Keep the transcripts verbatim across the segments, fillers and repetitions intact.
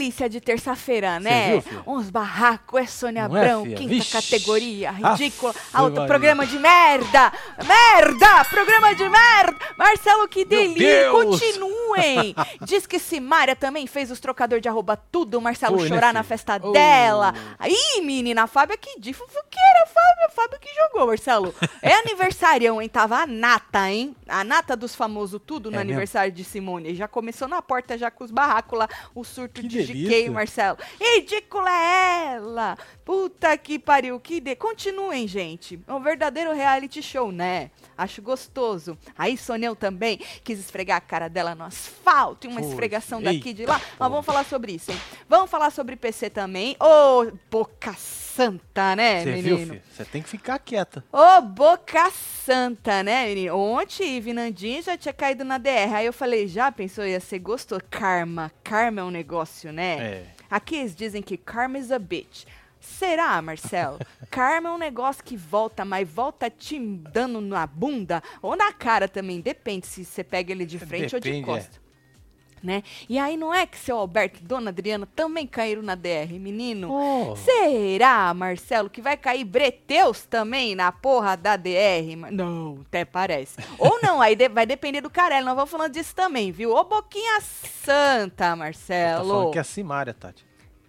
delícia de terça-feira, né? Viu, Uns barracos, é Sônia Não Abrão, é, quinta Vixe. categoria, ridícula, Aff, alto Maria. programa de merda! Merda! Programa de merda! Marcelo, que delícia! Deus. Continuem! Diz que Simária também fez os trocadores de arroba tudo, o Marcelo Foi, né, chorar na filho? festa Oh. dela. Aí, menina, a Fábia que de fofoqueira, Fábia, a Fábia que jogou, Marcelo. É aniversarião, hein? Tava a nata, hein? A nata dos famosos tudo no É aniversário de Simone. Já começou na porta, já com os barracos lá, o surto Que de G K, delícia. Marcelo. Ridícula é ela! Puta que pariu, que de... Continuem, gente. É um verdadeiro reality show, né? Acho gostoso. Aí, Sonel também quis esfregar a cara dela no asfalto e uma Foi. esfregação daqui e de lá. Eita, Mas vamos falar sobre isso, hein? Vamos falar sobre P C também. Ô, boca santa, né, Você viu, menino? filho? Você tem que ficar quieta. Ô, boca santa, né, menino? Ontem, Ive Nandinho já tinha caído na D R. Aí eu falei, já pensou, ia ser gostoso? Karma. Karma é um negócio, né? É. Aqui eles dizem que karma is a bitch. Será, Marcelo? Karma é um negócio que volta, mas volta te dando na bunda ou na cara também. Depende se você pega ele de frente ou de Depende, costa. Né? E aí não é que seu Alberto e Dona Adriana também caíram na D R, menino? Oh. Será, Marcelo, que vai cair Breteus também na porra da D R? Ma- Não, até parece. Ou não, aí de- vai depender do Carelli. Nós vamos falando disso também, viu? Ô, boquinha santa, Tá Marcelo. falando que é a Simária, Tati.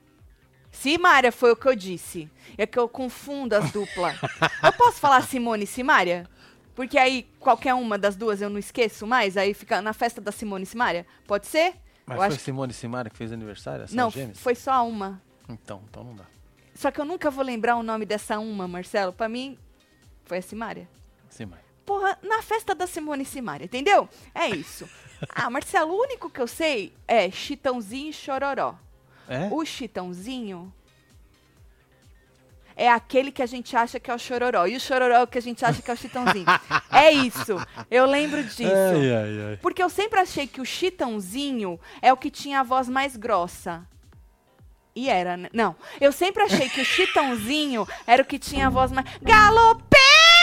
Simária foi o que eu disse. É que eu confundo as duplas. Eu posso falar Simone e Simária? Porque aí qualquer uma das duas eu não esqueço mais, aí fica na festa da Simone e Simária? Pode ser? Mas eu foi acho que... Simone e Simária que fez aniversário? São Não, gêmeas? foi só uma. Então, então não dá. Só que eu nunca vou lembrar o nome dessa uma, Marcelo. Pra mim, foi a Simária. Simária. Porra, na festa da Simone e Simária, entendeu? É isso. Ah, Marcelo, o único que eu sei é Chitãozinho e Chororó. É? O Chitãozinho é aquele que a gente acha que é o Chororó. E o Chororó é o que a gente acha que é o Chitãozinho. É isso. Eu lembro disso. Ai, ai, ai. Porque eu sempre achei que o Chitãozinho é o que tinha a voz mais grossa. E era, né? Não. Eu sempre achei que o Chitãozinho era o que tinha a voz mais... Galopê!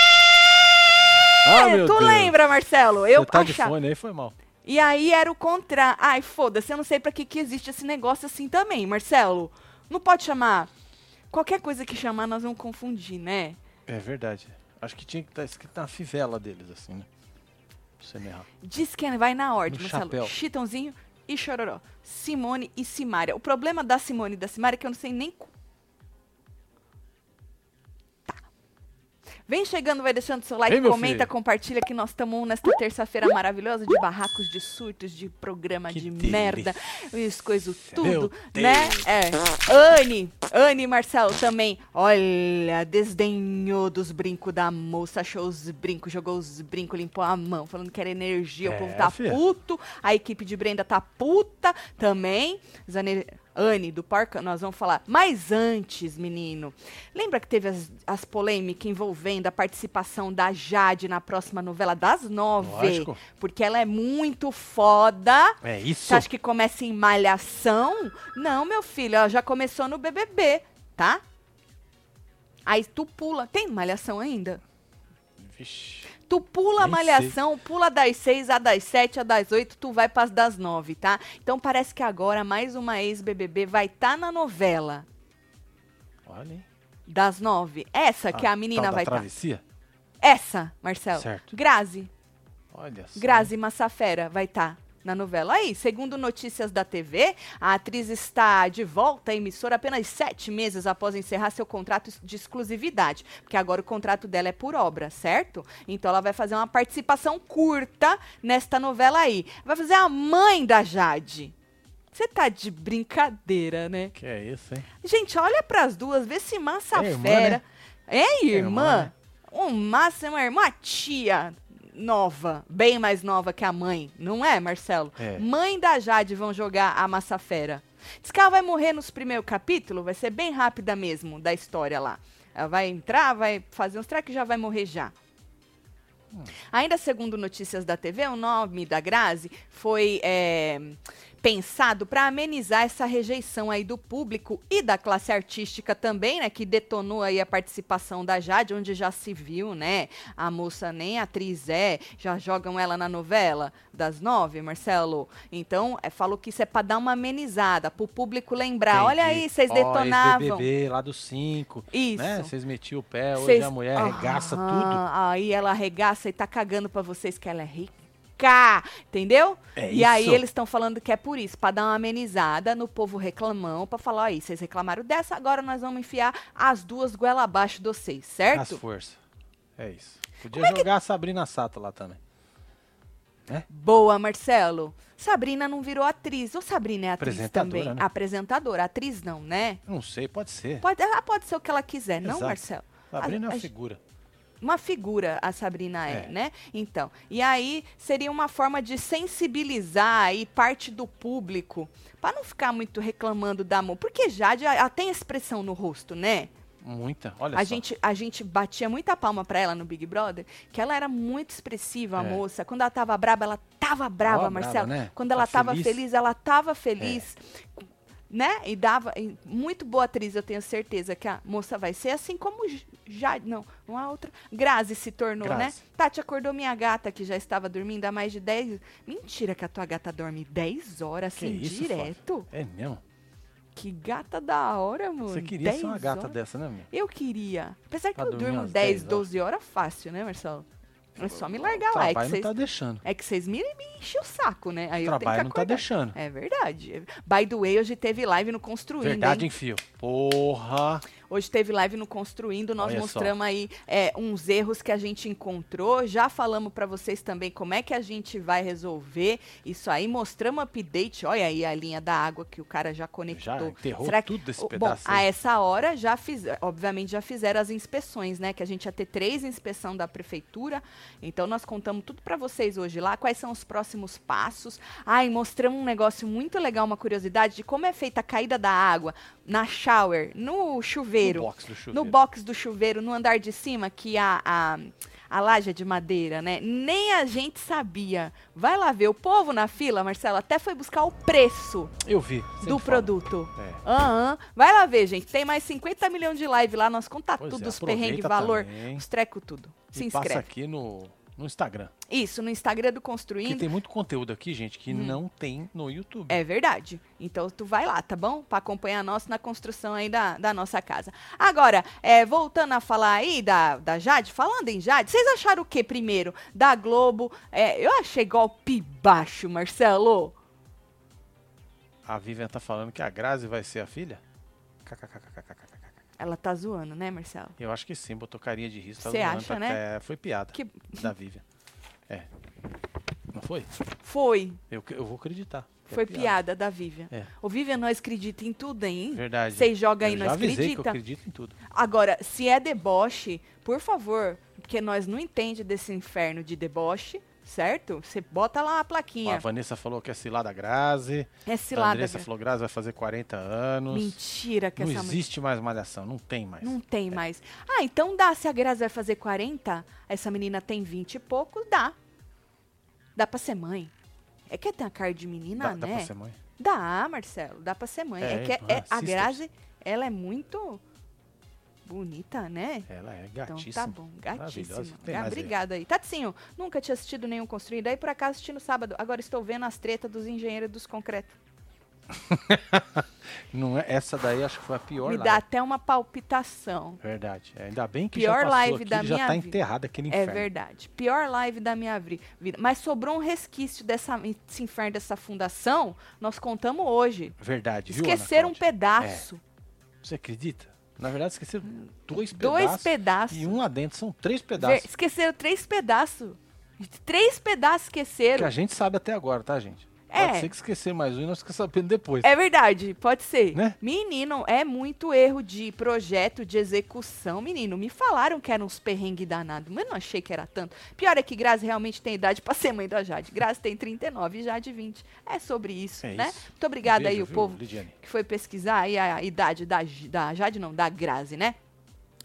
Ah, meu Tu Deus. lembra, Marcelo? Eu Você tá de achava... fone aí, foi mal. E aí era o contrário. Ai, foda-se, eu não sei pra que, que existe esse negócio assim também, Marcelo. Não pode chamar. Qualquer coisa que chamar, nós vamos confundir, né? É verdade. Acho que tinha que estar escrito na fivela deles, assim, né? Pra você não errar. Diz que vai na ordem, No Marcelo. chapéu. Chitãozinho e Chororó. Simone e Simária. O problema da Simone e da Simária é que eu não sei nem... co- Tá. Vem chegando, vai deixando seu like, Vem, meu comenta, filho. compartilha que nós estamos nesta terça-feira maravilhosa de barracos, de surtos, de programa Que de delícia. merda, isso, coisa Meu tudo, né? Deus. É. Anne, Anne e Marcelo também, olha, desdenhou dos brincos da moça, achou os brincos, jogou os brincos, limpou a mão, falando que era energia, É, o povo tá filha. puto, a equipe de Brenda tá puta também, Zane... Anne, do Parca, nós vamos falar. Mas antes, menino, lembra que teve as, as polêmicas envolvendo a participação da Jade na próxima novela das nove? Lógico. Porque ela é muito foda. É isso? Você acha que começa em Malhação? Não, meu filho, ela já começou no B B B, tá? Aí tu pula. Tem Malhação ainda? Vixe. Tu pula a Nem Malhação, pula das seis, a das sete, a das oito, tu vai pras das nove, tá? Então parece que agora mais uma ex-B B B vai estar na novela Olha, hein? das nove. Essa que a menina tal da vai estar. travessia? Essa, Marcelo. Certo. Grazi. Olha só. Grazi Massafera vai estar na novela. Aí, segundo notícias da T V, a atriz está de volta à emissora apenas sete meses após encerrar seu contrato de exclusividade. Porque agora o contrato dela é por obra, certo? Então ela vai fazer uma participação curta nesta novela aí. Vai fazer a mãe da Jade. Você tá de brincadeira, né? Que é isso, hein? Gente, olha pras duas, vê se massa É irmã, fera. né? É irmã? irmã, né? Um massa é uma irmã, uma tia nova, bem mais nova que a mãe, não é, Marcelo? É. Mãe da Jade vão jogar a massa fera. Diz que ela vai morrer nos primeiros capítulos, vai ser bem rápida mesmo da história lá. Ela vai entrar, vai fazer uns tracks e já vai morrer já. Ainda segundo notícias da T V, o nome da Grazi foi é, pensado para amenizar essa rejeição aí do público e da classe artística também, né, que detonou aí a participação da Jade, onde já se viu, né, a moça nem atriz é, já jogam ela na novela das nove, Marcelo. Então, é, falou que isso é para dar uma amenizada, para o público lembrar, Entendi. olha aí, vocês Ó, detonavam. ex-B B B lá dos cinco, Isso. né? Vocês metiam o pé, hoje Cês... a mulher arregaça Aham, tudo. Aí ela arregaça e tá cagando pra vocês que ela é rica, entendeu? É e aí isso? eles estão falando que é por isso, pra dar uma amenizada no povo reclamão, pra falar, ó, aí, vocês reclamaram dessa, agora nós vamos enfiar as duas goela abaixo de vocês, As certo? forças. É isso. Podia jogar a Sabrina Sato lá também. Boa, Marcelo. Sabrina não virou atriz. Ou Sabrina é atriz Apresentadora, também? né? Apresentadora. Atriz não, né? Não sei, pode ser. Pode, ela pode ser o que ela quiser, não, Exato. Marcelo? Sabrina é A- uma a- figura. Uma figura a Sabrina é, É. né? Então, e aí seria uma forma de sensibilizar aí parte do público, para não ficar muito reclamando da mão, porque Jade, ela tem expressão no rosto, né? Muita, olha A só. gente, a gente batia muita palma pra ela no Big Brother, que ela era muito expressiva, a É. moça. Quando ela tava brava, ela tava brava, Ó, Marcelo. brava, né? Quando Tá ela tava feliz. feliz, ela tava feliz. Né? E dava. e muito boa atriz, eu tenho certeza que a moça vai ser, assim como J- Jade. Não, uma outra. Grazi se tornou, né? Grazi. Tati acordou minha gata, que já estava dormindo há mais de dez. Mentira que a tua gata dorme dez horas, Que assim, isso, direto. É mesmo? Que gata da hora, mano. Você queria ser uma dez gata horas. dessa, né, minha? Eu queria. Apesar que Pra eu dormir durmo umas dez, dez horas. doze horas fácil, né, Marcelo? É só me O largar lá. É que trabalho não vocês tá deixando. é que vocês me, me enchem o saco, né? Aí O eu tenho que trabalho não tá acordar. deixando. É verdade. By the way, hoje teve live no Construindo, Verdade, hein? hein, fio? Porra! Hoje teve live no Construindo, nós Olha só. mostramos aí é, uns erros que a gente encontrou, já falamos pra vocês também como é que a gente vai resolver isso aí, mostramos update, olha aí a linha da água que o cara já conectou. Já enterrou Será que- tudo esse o- pedaço Bom, aí. a essa hora já fiz, obviamente já fizeram as inspeções, né? Que a gente ia ter três inspeção da prefeitura. Então nós contamos tudo pra vocês hoje lá. Quais são os próximos passos? Ai, mostramos um negócio muito legal, uma curiosidade de como é feita a caída da água na shower, no chuveiro. No box do chuveiro. No box do chuveiro, no andar de cima, que a, a, a laje é de madeira, né? Nem a gente sabia. Vai lá ver. O povo na fila, Marcelo, até foi buscar o preço Eu vi. sempre do falo. produto. É. Aham. Vai lá ver, gente. Tem mais cinquenta milhões de live lá. Nós contar Pois tudo, é, os perrengues, aproveita valor, também. os treco, tudo. Se E passa inscreve. aqui no, no Instagram. Isso, no Instagram do Porque Construindo. tem muito conteúdo aqui, gente, que não tem no YouTube. É verdade. Então tu vai lá, tá bom? Pra acompanhar nós na construção aí da, da nossa casa. Agora, é, voltando a falar aí da, da Jade, falando em Jade, vocês acharam o que primeiro? Da Globo? É, eu achei golpe baixo, Marcelo. A Vivian tá falando que a Grazi vai ser a filha? KKKKKKK. Ela tá zoando, né, Marcelo? Eu acho que sim, botou carinha de risco. tá Cê zoando, acha, tá- né? É, foi piada Que da Vivian. É. Não foi? foi, Eu, eu vou acreditar. que é foi piada. da Vivian. É. O Vivian não acredita em tudo, hein? Verdade. Vocês jogam aí, eu nós já avisei que eu acredita? acredito em tudo. Agora, se é deboche, por favor, porque nós não entende desse inferno de deboche, certo? Você bota lá a Ó, a plaquinha. Vanessa falou que é cilada Grazi. É A cilada. Andressa falou Grazi vai fazer quarenta anos. Mentira que Não essa mulher... existe mais malhação, não tem mais. Não tem mais. Ah, então dá. Se a Grazi vai fazer quarenta, essa menina tem vinte e poucos, dá. Dá pra ser mãe. É que tem a cara de menina, dá, né? dá pra ser mãe? Dá, Marcelo. Dá pra ser mãe. É, É, que é- ah, é- a sisters. Grazi, ela é muito bonita, né? Ela é Então gatíssima. tá bom, gatíssima. Maravilhosa. Tem Ah, mais aí. obrigada aí. Tatinho, nunca tinha assistido nenhum construído. Aí por acaso assisti no sábado. Agora estou vendo as tretas dos engenheiros dos concretos. Não é, essa daí acho que foi a pior Me live. dá até uma palpitação. Verdade. É, ainda bem que Pior já passou live aqui, da já minha tá vida. enterrado aquele É inferno. verdade. Pior live da minha vri- vida. Mas sobrou um resquício dessa, desse inferno, dessa fundação. Nós contamos hoje. Verdade, viu, Ana Esqueceram um Cláudia? pedaço. Você acredita? Na verdade, esqueceram dois Dois pedaços. pedaços. E um lá dentro, são três Ver- pedaços. esqueceram três pedaços. Três pedaços Que esqueceram. a gente sabe até agora, tá, gente? É. Pode ser que esquecer mais um e nós ficamos sabendo depois. É verdade, pode ser. Né? Menino, é muito erro de projeto, de execução. Menino, me falaram que eram uns perrengues danados, mas eu não achei que era tanto. Pior é que Grazi realmente tem idade pra ser mãe da Jade. Grazi tem trinta e nove e Jade vinte. É sobre isso, É né? isso. Muito obrigada aí, Beijo, o viu, povo Lidiane? que foi pesquisar aí a idade da, J- da Jade, não, da Grazi, né?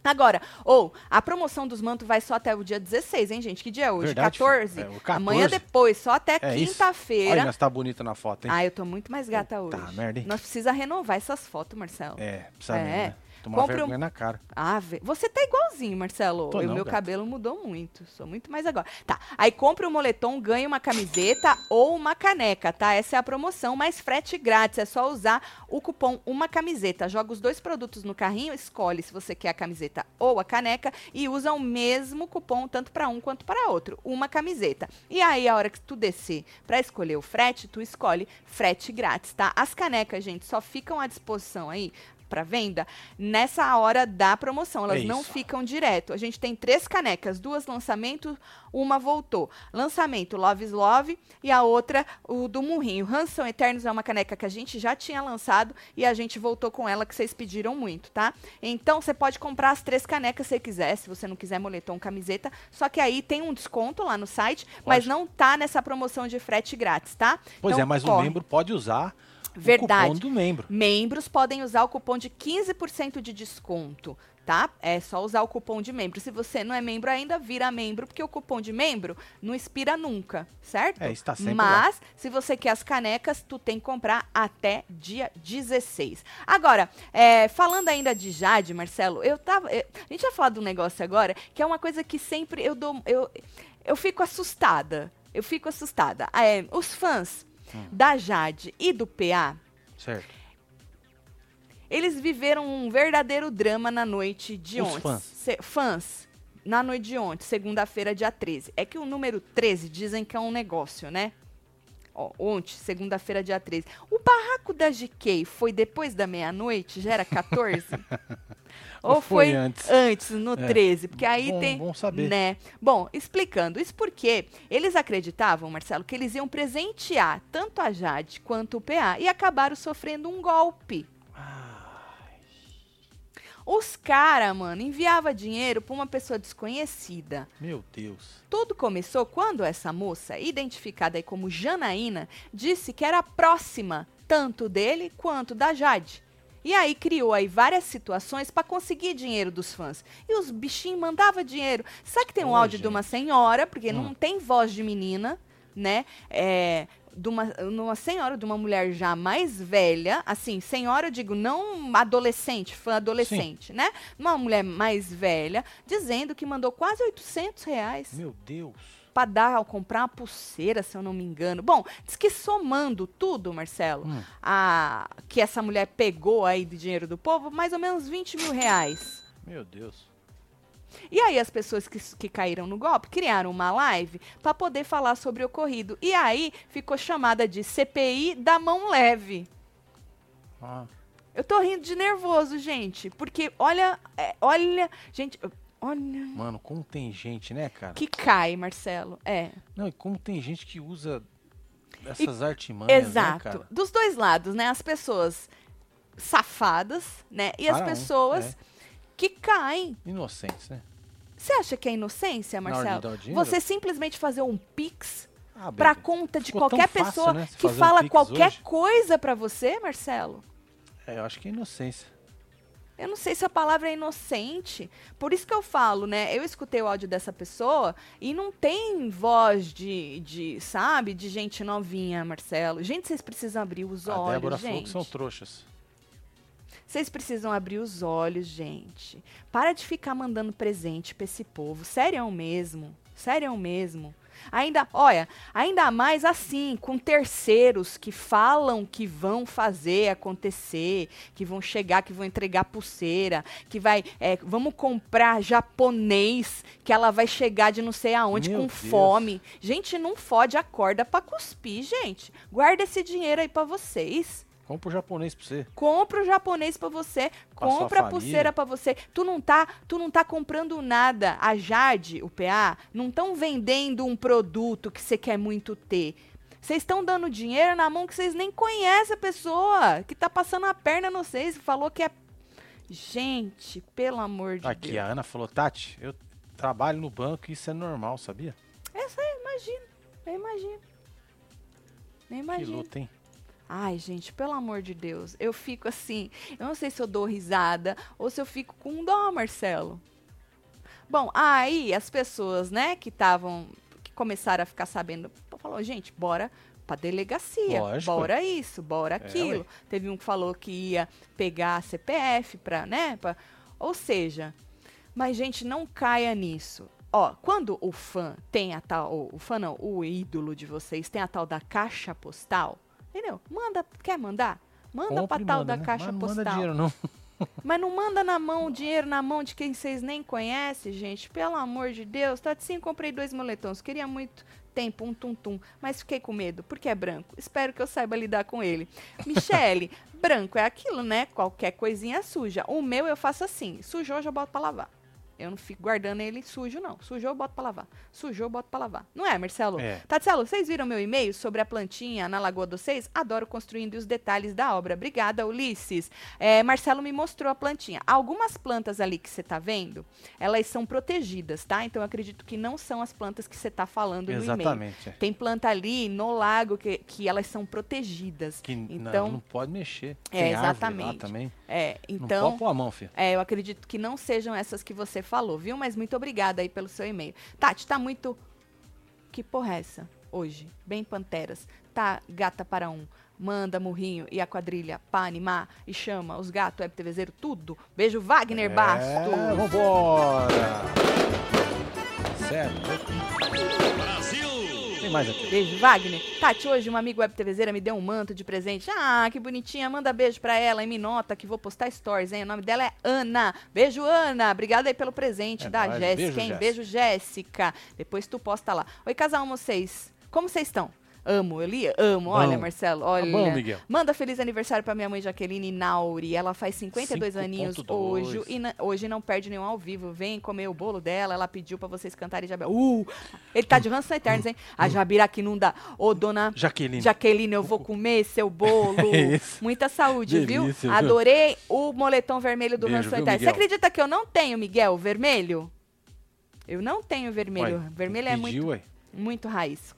Agora, ou, a promoção dos mantos vai só até o dia dezesseis, hein, gente? Que dia é hoje? Verdade, quatorze? é, o quatorze. Amanhã depois, só até É isso. quinta-feira. Olha, nós tá bonita na foto, hein? Ah, eu tô muito mais gata Puta hoje. merda, hein? Nós precisamos renovar essas fotos, Marcelo. É, precisa É. mesmo, né? Tomar Compre um- vergonha na cara. Ah, vê- você tá igualzinho, Marcelo. Tô o não, meu gata. cabelo mudou muito. Sou muito mais agora. Tá. Aí compre um moletom, ganhe uma camiseta ou uma caneca, tá? Essa é a promoção, mas frete grátis. É só usar o cupom Uma Camiseta. Joga os dois produtos no carrinho, escolhe se você quer a camiseta ou a caneca e usa o mesmo cupom tanto para um quanto para outro. Uma camiseta. E aí, a hora que tu descer para escolher o frete, tu escolhe frete grátis, tá? As canecas, gente, só ficam à disposição aí para venda nessa hora da promoção. Elas É não isso. ficam direto. A gente tem três canecas, duas lançamento, uma voltou. Lançamento Love is Love e a outra o do Murrinho. Ransom Eternos é uma caneca que a gente já tinha lançado e a gente voltou com ela que vocês pediram muito, tá? Então você pode comprar as três canecas se quiser, se você não quiser moletom, camiseta, só que aí tem um desconto lá no site, mas não tá nessa promoção de frete grátis, tá? Pois Então, é, mas o corre. membro pode usar Verdade. o cupom do membro. Membros podem usar o cupom de quinze por cento de desconto, tá? É só usar o cupom de membro. Se você não é membro ainda, vira membro, porque o cupom de membro não expira nunca, certo? É, está sempre Mas, se você quer as canecas, tu tem que comprar até dia dezesseis. Agora, é, falando ainda de Jade, Marcelo, eu tava... eu- a gente vai falar de um negócio agora, que é uma coisa que sempre eu dou... Eu, eu fico assustada. Eu fico assustada. É, os fãs Hum. da Jade e do P A... Certo. Eles viveram um verdadeiro drama na noite de Os ontem. fãs. Se- fãs, na noite de ontem, segunda-feira, dia treze. É que o número treze dizem que é um negócio, né? Ó, ontem, segunda-feira, dia treze. O barraco da G K foi depois da meia-noite? Já era quatorze? Ou Ou foi foi antes? antes, no É. treze? Porque aí Bom- tem... bom saber. Né? Bom, explicando. Isso porque eles acreditavam, Marcelo, que eles iam presentear tanto a Jade quanto o P A e acabaram sofrendo um golpe. Os caras, mano, enviava dinheiro pra uma pessoa desconhecida. Meu Deus. Tudo começou quando essa moça, identificada aí como Janaína, disse que era próxima tanto dele quanto da Jade. E aí criou aí várias situações pra conseguir dinheiro dos fãs. E os bichinhos mandavam dinheiro. Sabe que tem um Ô, áudio gente. de uma senhora, porque Hum. não tem voz de menina, né? É, de uma, uma senhora, de uma mulher já mais velha, assim, senhora, eu digo, não adolescente, fã adolescente, né? Uma mulher mais velha, dizendo que mandou quase oitocentos reais Meu Deus. pra dar, ao comprar uma pulseira, se eu não me engano. Bom, diz que somando tudo, Marcelo, Hum. a, que essa mulher pegou aí de dinheiro do povo, mais ou menos vinte mil reais. Meu Deus. E aí as pessoas que, que caíram no golpe criaram uma live para poder falar sobre o ocorrido. E aí ficou chamada de C P I da mão leve. Ah, Eu tô rindo de nervoso, gente, porque olha, é, olha, gente, olha mano, como tem gente, né, cara? que cai, Marcelo. É, Não, e como tem gente que usa essas artimanhas, exato. né, cara? Dos dois lados, né? As pessoas safadas, né? E as Cada um, pessoas é. que caem. Inocentes, né? Você acha que é inocência, Na hora de Marcelo? dar o dinheiro? Você simplesmente fazer um pix Ah, pra baby. conta de Ficou tão qualquer fácil, pessoa né, você que fazer um fala Pix qualquer hoje. coisa pra você, Marcelo? É, eu acho que é inocência. Eu não sei se a palavra é inocente. Por isso que eu falo, né? Eu escutei o áudio dessa pessoa e não tem voz de, de sabe, de gente novinha, Marcelo. Gente, vocês precisam abrir os A olhos, Débora falou gente. que são trouxas. Vocês precisam abrir os olhos, gente. Para de ficar mandando presente pra esse povo. Sério mesmo. Sério mesmo. Ainda, olha, ainda mais assim, com terceiros que falam que vão fazer acontecer, que vão chegar, que vão entregar pulseira, que vai, é, vamos comprar japonês, que ela vai chegar de não sei aonde Meu com Deus. fome. Gente, não fode a corda pra cuspir, gente. Guarda esse dinheiro aí pra vocês. Compra o japonês pra você. Compra o japonês pra você, Pra sua compra a família. pulseira pra você. Tu não tá, tu não tá comprando nada. A Jade, o P A, não estão vendendo um produto que você quer muito ter. Vocês estão dando dinheiro na mão que vocês nem conhecem a pessoa, que tá passando a perna no vocês, falou que é... Gente, pelo amor de Aqui, Deus. a Ana falou, Tati, eu trabalho no banco e isso é normal, sabia? Essa eu imagino, eu imagino. Eu Que imagino. luta, hein? Ai, gente, pelo amor de Deus, eu fico assim, eu não sei se eu dou risada ou se eu fico com dó, Marcelo. Bom, aí as pessoas, né, que estavam, que começaram a ficar sabendo, falou, gente, bora pra delegacia, Lógico. bora isso, bora aquilo. É, Teve um que falou que ia pegar a C P F pra, né, pra, ou seja, mas, gente, não caia nisso. Ó, quando o fã tem a tal, o fã não, o ídolo de vocês tem a tal da caixa postal, entendeu? Manda, quer mandar? Manda Compre pra e tal manda, da né? caixa Mas não postal. manda dinheiro, não. Mas não manda na mão, dinheiro na mão de quem vocês nem conhecem, gente. Pelo amor de Deus. Tá assim, comprei dois moletons. Queria muito tempo, um tum-tum. Mas fiquei com medo, porque é branco. Espero que eu saiba lidar com ele. Michele, branco é aquilo, né? Qualquer coisinha suja. O meu eu faço assim. Sujou, já boto pra lavar. Eu não fico guardando ele sujo, não. Sujou, eu boto pra lavar. Sujou, eu boto pra lavar. Não é, Marcelo? É. Tatielo, vocês viram meu e-mail sobre a plantinha na Lagoa dos Seis? Adoro construindo os detalhes da obra. Obrigada, Ulisses. É, Marcelo me mostrou a plantinha. Algumas plantas ali que você tá vendo, elas são protegidas, tá? Então, eu acredito que não são as plantas que você tá falando no e-mail. Exatamente. é. Tem planta ali no lago que, que elas são protegidas. Que então, não, não pode mexer. É, Tem árvore lá exatamente. também. É, Não então... pode pôr a mão, filho. É, eu acredito que não sejam essas que você falou, viu? Mas muito obrigada aí pelo seu e-mail. Tati, tá muito... Que porra é essa hoje? Bem Panteras. Tá gata para um. Manda Murrinho e a quadrilha pra animar e chama os gatos, web TVzeiro, tudo. Beijo, Wagner É, Basto. vambora. Certo. Tem mais aqui. Beijo, Wagner. Tati, hoje uma amiga web TVzeira me deu um manto de presente. Ah, que bonitinha. Manda beijo pra ela e me nota que vou postar stories, hein? O nome dela é Ana. Beijo, Ana. Obrigada aí pelo presente É da nóis. Jéssica, Beijo, hein? Jéssica. Beijo, Jéssica. Depois tu posta lá. Oi, casal, vocês. Como vocês estão? Amo, eu li, amo. Olha, Bom. Marcelo, olha. Tá bom, Miguel. Manda feliz aniversário pra minha mãe Jaqueline Nauri. Ela faz cinquenta e dois cinco aninhos ponto dois. hoje e na- hoje não perde nenhum ao vivo. Vem comer o bolo dela. Ela pediu pra vocês cantarem Jabira. Uh! Ele tá de ranço eternos, hein? A Jabira aqui não dá. Ô, dona Jaqueline. Jaqueline, eu vou comer seu bolo. É isso. Muita saúde, Delícia, viu? viu? Adorei o moletom vermelho do Beijo, ranço viu, eterno. Você Miguel? acredita que eu não tenho, Miguel, vermelho? Eu não tenho vermelho. Uai, vermelho é pediu, muito, ué. muito raiz.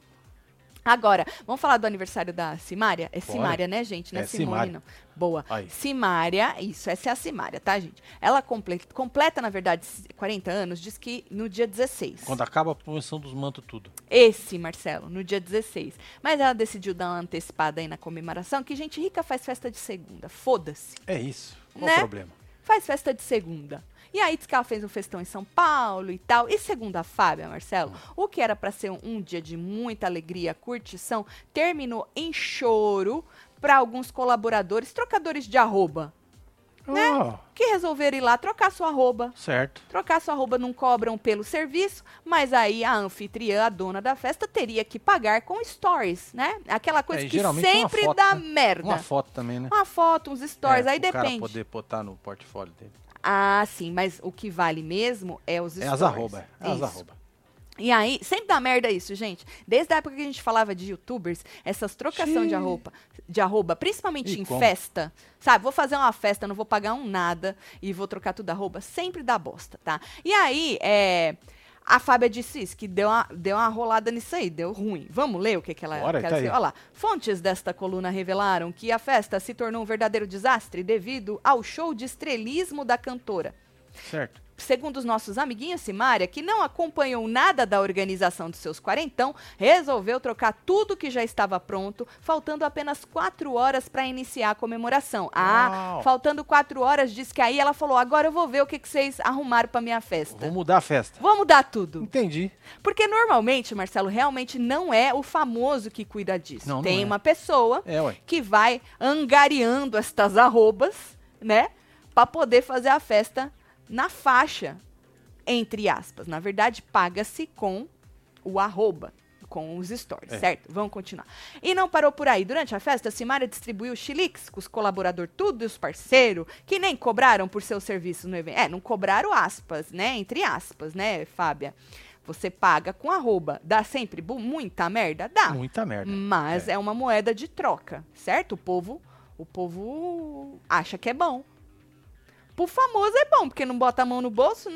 Agora, vamos falar do aniversário da Simária? É Bora. Simária, né, gente? Não é, É Simone, Simária. não. Boa. Aí. Simária, isso, essa é a Simária, tá, gente? Ela comple- completa, na verdade, quarenta anos, diz que no dia dezesseis. Quando acaba a promoção dos mantos tudo. Esse, Marcelo, no dia dezesseis. Mas ela decidiu dar uma antecipada aí na comemoração, que gente rica faz festa de segunda. Foda-se. É isso. Qual Né? o problema? Faz festa de segunda. E aí diz que ela fez um festão em São Paulo e tal. E segundo a Fábia, Marcelo, o que era pra ser um, um dia de muita alegria, curtição, terminou em choro pra alguns colaboradores, trocadores de arroba, né? Ah, que resolveram ir lá trocar sua arroba. certo. Trocar sua arroba não cobram pelo serviço, mas aí a anfitriã, a dona da festa, teria que pagar com stories, né? Aquela coisa É, e que geralmente uma sempre foto, dá né? merda. Uma foto também, né? Uma foto, uns stories, É, aí o cara depende. poder botar no portfólio dele. Ah, sim, mas o que vale mesmo é os É stories. as arroba. É as Isso. arroba. E aí, sempre dá merda isso, gente. Desde a época que a gente falava de youtubers, essas trocação de Xiii. arroba, de arroba, principalmente E em como? festa, sabe? Vou fazer uma festa, não vou pagar um nada e vou trocar tudo arroba, sempre dá bosta, tá? E aí, é... A Fábia disse isso, que deu uma, deu uma rolada nisso aí, deu ruim. Vamos ler o que, que ela, Bora, que ela tá aí. escreveu? Olha lá. Fontes desta coluna revelaram que a festa se tornou um verdadeiro desastre devido ao show de estrelismo da cantora. Certo. Segundo os nossos amiguinhos, Simária, que não acompanhou nada da organização de seus quarentão, resolveu trocar tudo que já estava pronto, faltando apenas quatro horas para iniciar a comemoração. Ah, Uau. faltando quatro horas, diz que aí ela falou, agora eu vou ver o que, que vocês arrumaram para minha festa. Vou mudar a festa. Vou mudar tudo. Entendi. Porque normalmente, Marcelo, realmente não é o famoso que cuida disso. Não, não Tem é. uma pessoa É, ué. que vai angariando estas arrobas, né, para poder fazer a festa na faixa, entre aspas. Na verdade, paga-se com o arroba, com os stories, É. certo? Vamos continuar. E não parou por aí. Durante a festa, a Simária distribuiu chiliques com os colaboradores, tudo e os parceiros, que nem cobraram por seu serviço no evento. É, não cobraram aspas, né? Entre aspas, né, Fábia? Você paga com arroba. Dá sempre bu- muita merda? Dá. Muita merda. Mas É. é. uma moeda de troca, certo? O povo, o povo acha que é bom. Pro famoso é bom, porque não bota a mão no bolso, né?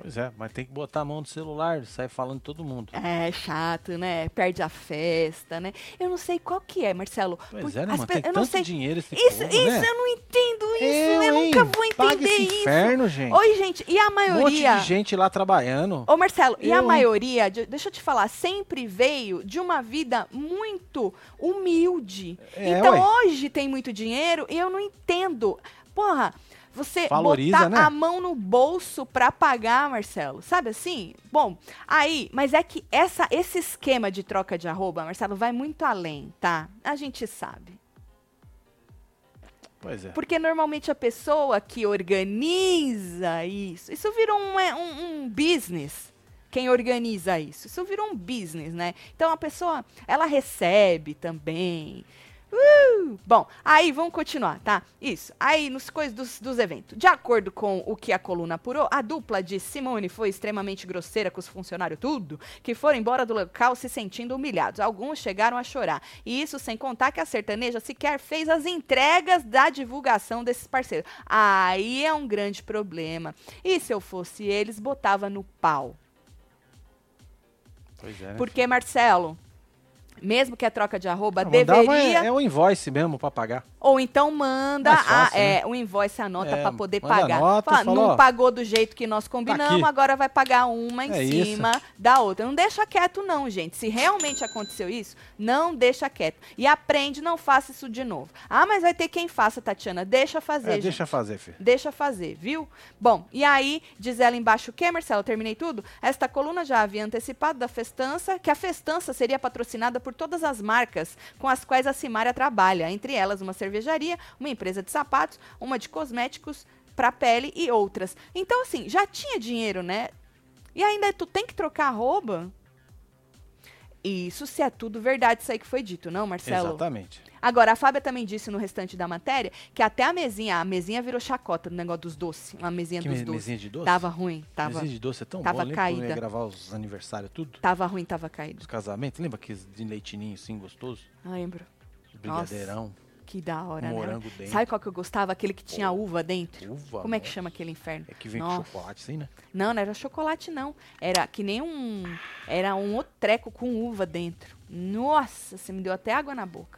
Pois é, mas tem que botar a mão no celular, sai falando todo mundo. É chato, né? Perde a festa, né? Eu não sei qual que é, Marcelo. Pois é, né, mano? pe- Tem eu não tanto sei. dinheiro esse Isso, povo, isso né? eu não entendo isso. Eu, Eu, hein? nunca vou Paga entender esse isso. inferno, gente. Oi, gente. E a Um maioria. monte de gente lá trabalhando. Ô, Marcelo, e a Eu, hein? maioria, de- deixa eu te falar, sempre veio de uma vida muito humilde. É, então, ué. hoje tem muito dinheiro e eu não entendo. Porra, você Valoriza, botar né? a mão no bolso pra pagar, Marcelo, sabe assim? Bom, aí, mas é que essa, esse esquema de troca de arroba, Marcelo, vai muito além, tá? A gente sabe. Pois é. Porque normalmente a pessoa que organiza isso, isso virou um, é, um, um business. Quem organiza isso? Isso virou um business, né? Então a pessoa, ela recebe também. Uh! Bom, aí vamos continuar, tá? Isso. Aí, nos coisas dos, dos eventos. De acordo com o que a coluna apurou, a dupla de Simone foi extremamente grosseira com os funcionários, tudo, que foram embora do local se sentindo humilhados. Alguns chegaram a chorar. E isso sem contar que a sertaneja sequer fez as entregas da divulgação desses parceiros. Aí é um grande problema. E se eu fosse eles, botava no pau. Pois é, né? Porque, Marcelo, mesmo que a troca de arroba Ah, mandava deveria... É, é o invoice mesmo pra pagar. Ou então manda Mais fácil, a, é, né? o invoice, a nota É, para poder manda a pagar. nota, Fala, fala, não ó, pagou do jeito que nós combinamos, aqui. agora vai pagar uma em É cima da outra. Não deixa quieto não, gente. Se realmente aconteceu isso, não deixa quieto. E aprende, não faça isso de novo. Ah, mas vai ter quem faça, Tatiana. Deixa fazer, É, gente. deixa fazer, filho. Deixa fazer, viu? Bom, e aí, diz ela embaixo o quê, Marcelo? Terminei tudo? Esta coluna já havia antecipado da festança, que a festança seria patrocinada por todas as marcas com as quais a Simária trabalha, entre elas uma cervejaria, uma empresa de sapatos, uma de cosméticos para pele e outras. Então, assim, já tinha dinheiro, né? E ainda tu tem que trocar arroba? Isso se é tudo verdade, isso aí que foi dito, não, Marcelo? Exatamente. Agora, a Fábia também disse no restante da matéria que até a mesinha, a mesinha virou chacota do negócio dos doces. Uma mesinha Que dos me- doces. mesinha de doce? Tava ruim, tava, Mesinha de doce é tão tava bom. Lembra quando eu caída. ia gravar os aniversários, tudo? tava ruim, tava caído. Os casamentos. Lembra aqueles de leitinho assim, gostoso? Lembro. Brigadeirão. Que da hora, né? Morango dentro. Sabe qual que eu gostava? Aquele que tinha Pô, uva dentro. Uva. Como é que nossa. chama aquele inferno? É que vem Nossa. com chocolate, assim, né? Não, não era chocolate, não. Era que nem um... Era um outro treco com uva dentro. Nossa, você me deu até água na boca.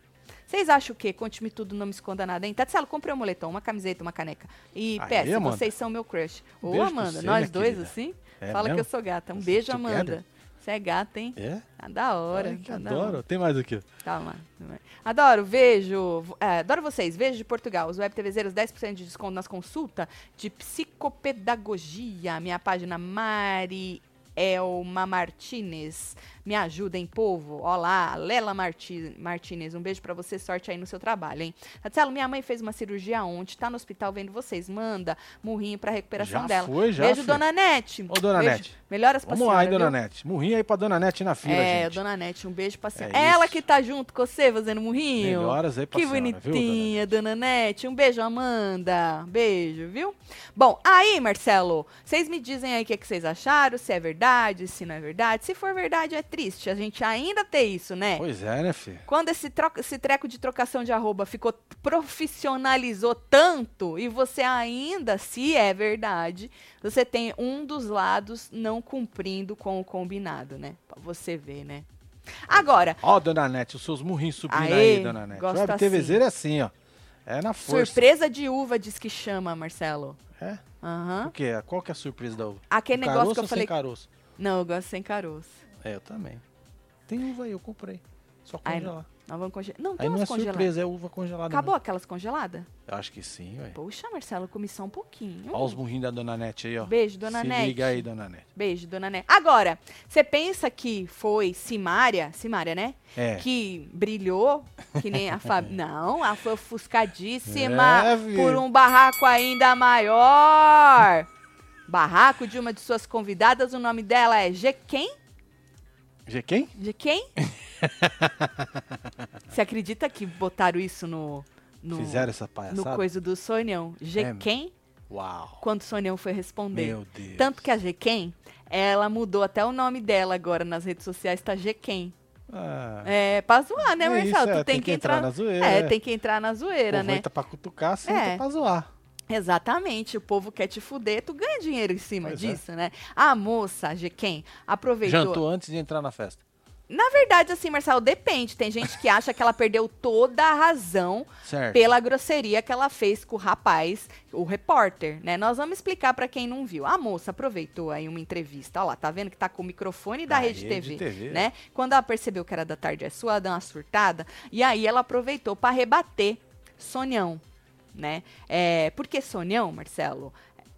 Vocês acham o quê? Conte-me tudo, não me esconda nada, hein? Tatselo, comprei um moletom, uma camiseta, uma caneca. E Aí, P S, Amanda. vocês são meu crush. Um Ô, beijo pra Amanda, você, nós minha dois, querida. assim? É Fala que mesmo? eu sou gata. Um Vocês beijo, together? Amanda. Você é gata, hein? É? Tá da hora. Ai, que tá da adoro. hora. Tem mais aqui. Calma. Adoro, vejo. É, adoro vocês. Vejo de Portugal. Os WebTVzeiros, dez por cento de desconto nas consultas de psicopedagogia. Minha página Mari Elma Martinez. Me ajudem, povo. Olá, Lela Marti Martinez. Um beijo pra você, sorte aí no seu trabalho, hein? Tatselo, minha mãe fez uma cirurgia ontem, tá no hospital vendo vocês. Manda murrinho pra recuperação Já dela. foi, já, Beijo, filho. dona Nete. Ô, dona Beijo. Nete. Melhoras pra Vamos senhora, lá, hein, dona viu? Nete. Murrinho aí pra dona Nete na fila, É, gente. dona Nete, um beijo pra senhora. É Ela isso. que tá junto com você fazendo murrinho. Melhoras aí pra Que senhora, viu, dona bonitinha, dona Nete. Um beijo, Amanda. Beijo, viu? Bom, aí, Marcelo, vocês me dizem aí o que, é que vocês acharam, se é verdade, se não é verdade. Se for verdade, é triste. A gente ainda ter isso, né? Pois é, né, filho? Quando esse, troca, esse treco de trocação de arroba ficou profissionalizou tanto e você ainda, se é verdade, você tem um dos lados não cumprindo com o combinado, né? Pra você ver, né? Agora, Ó, dona Nete, os seus murrinhos subindo Aê, aí, dona Nete. gosto O WebTVzeiro é assim, ó. É na força. surpresa de uva diz que chama, Marcelo. É? Aham. O quê? Qual que é a surpresa da uva? Aquele Com negócio caroço que eu ou falei. sem caroço? Não, eu gosto sem caroço. É, eu também. Tem uva aí, eu comprei. Só Aí congelar. Nós vamos congelar. Não, tem Aí não é umas congeladas. surpresa, é uva congelada. Acabou mesmo. aquelas congeladas? Eu acho que sim, ué. Poxa, Marcelo, eu comi só um pouquinho. Olha os murrinhos da dona Nete aí, ó. Beijo, dona Se Nete. liga aí, dona Nete. Beijo, dona Né. Agora, você pensa que foi Simária, Simária, né? É. Que brilhou, que nem a Fábio. Não, ela foi ofuscadíssima É, filho. por um barraco ainda maior. Barraco de uma de suas convidadas, o nome dela é G quem? G quem? G quem? Você acredita que botaram isso no... no Fizeram essa no palhaçada? coisa do Sonhão? G É, quem? Uau. Quando o Sonhão foi responder. Meu Deus. Tanto que a G-Quem, ela mudou até o nome dela agora nas redes sociais, tá G-Quem. Ah, É, pra zoar, né, É Marcelo? isso, tu é, tem, que entrar, na zoeira. É, é. tem que entrar na zoeira, né? Aproveita pra cutucar, senta É. pra zoar. Exatamente, o povo quer te fuder, tu ganha dinheiro em cima Pois é. disso, né? A moça, G. Quem, aproveitou... Jantou antes de entrar na festa. Na verdade, assim, Marcelo, depende. Tem gente que acha que ela perdeu toda a razão Certo. pela grosseria que ela fez com o rapaz, o repórter, né? Nós vamos explicar pra quem não viu. A moça aproveitou aí uma entrevista, ó lá, tá vendo que tá com o microfone da Da Rede, Rede T V, T V, né? Quando ela percebeu que era da Tarde é Sua, ela deu uma surtada, e aí ela aproveitou pra rebater Sonhão, né? É, porque Sonhão, Marcelo,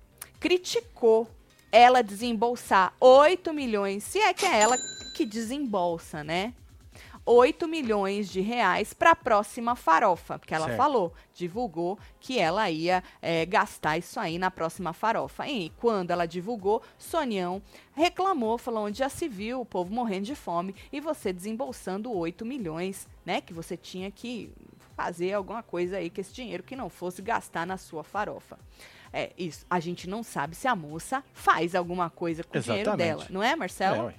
criticou ela desembolsar oito milhões, se é que é ela que desembolsa, né? oito milhões de reais para a próxima farofa, porque ela Certo. falou, divulgou que ela ia é, gastar isso aí na próxima farofa. E quando ela divulgou, Sonhão reclamou, falou onde já se viu o povo morrendo de fome e você desembolsando oito milhões, né? Que você tinha que fazer alguma coisa aí com esse dinheiro que não fosse gastar na sua farofa. É isso. A gente não sabe se a moça faz alguma coisa com Exatamente. o dinheiro dela, não é, Marcelo? É, ué.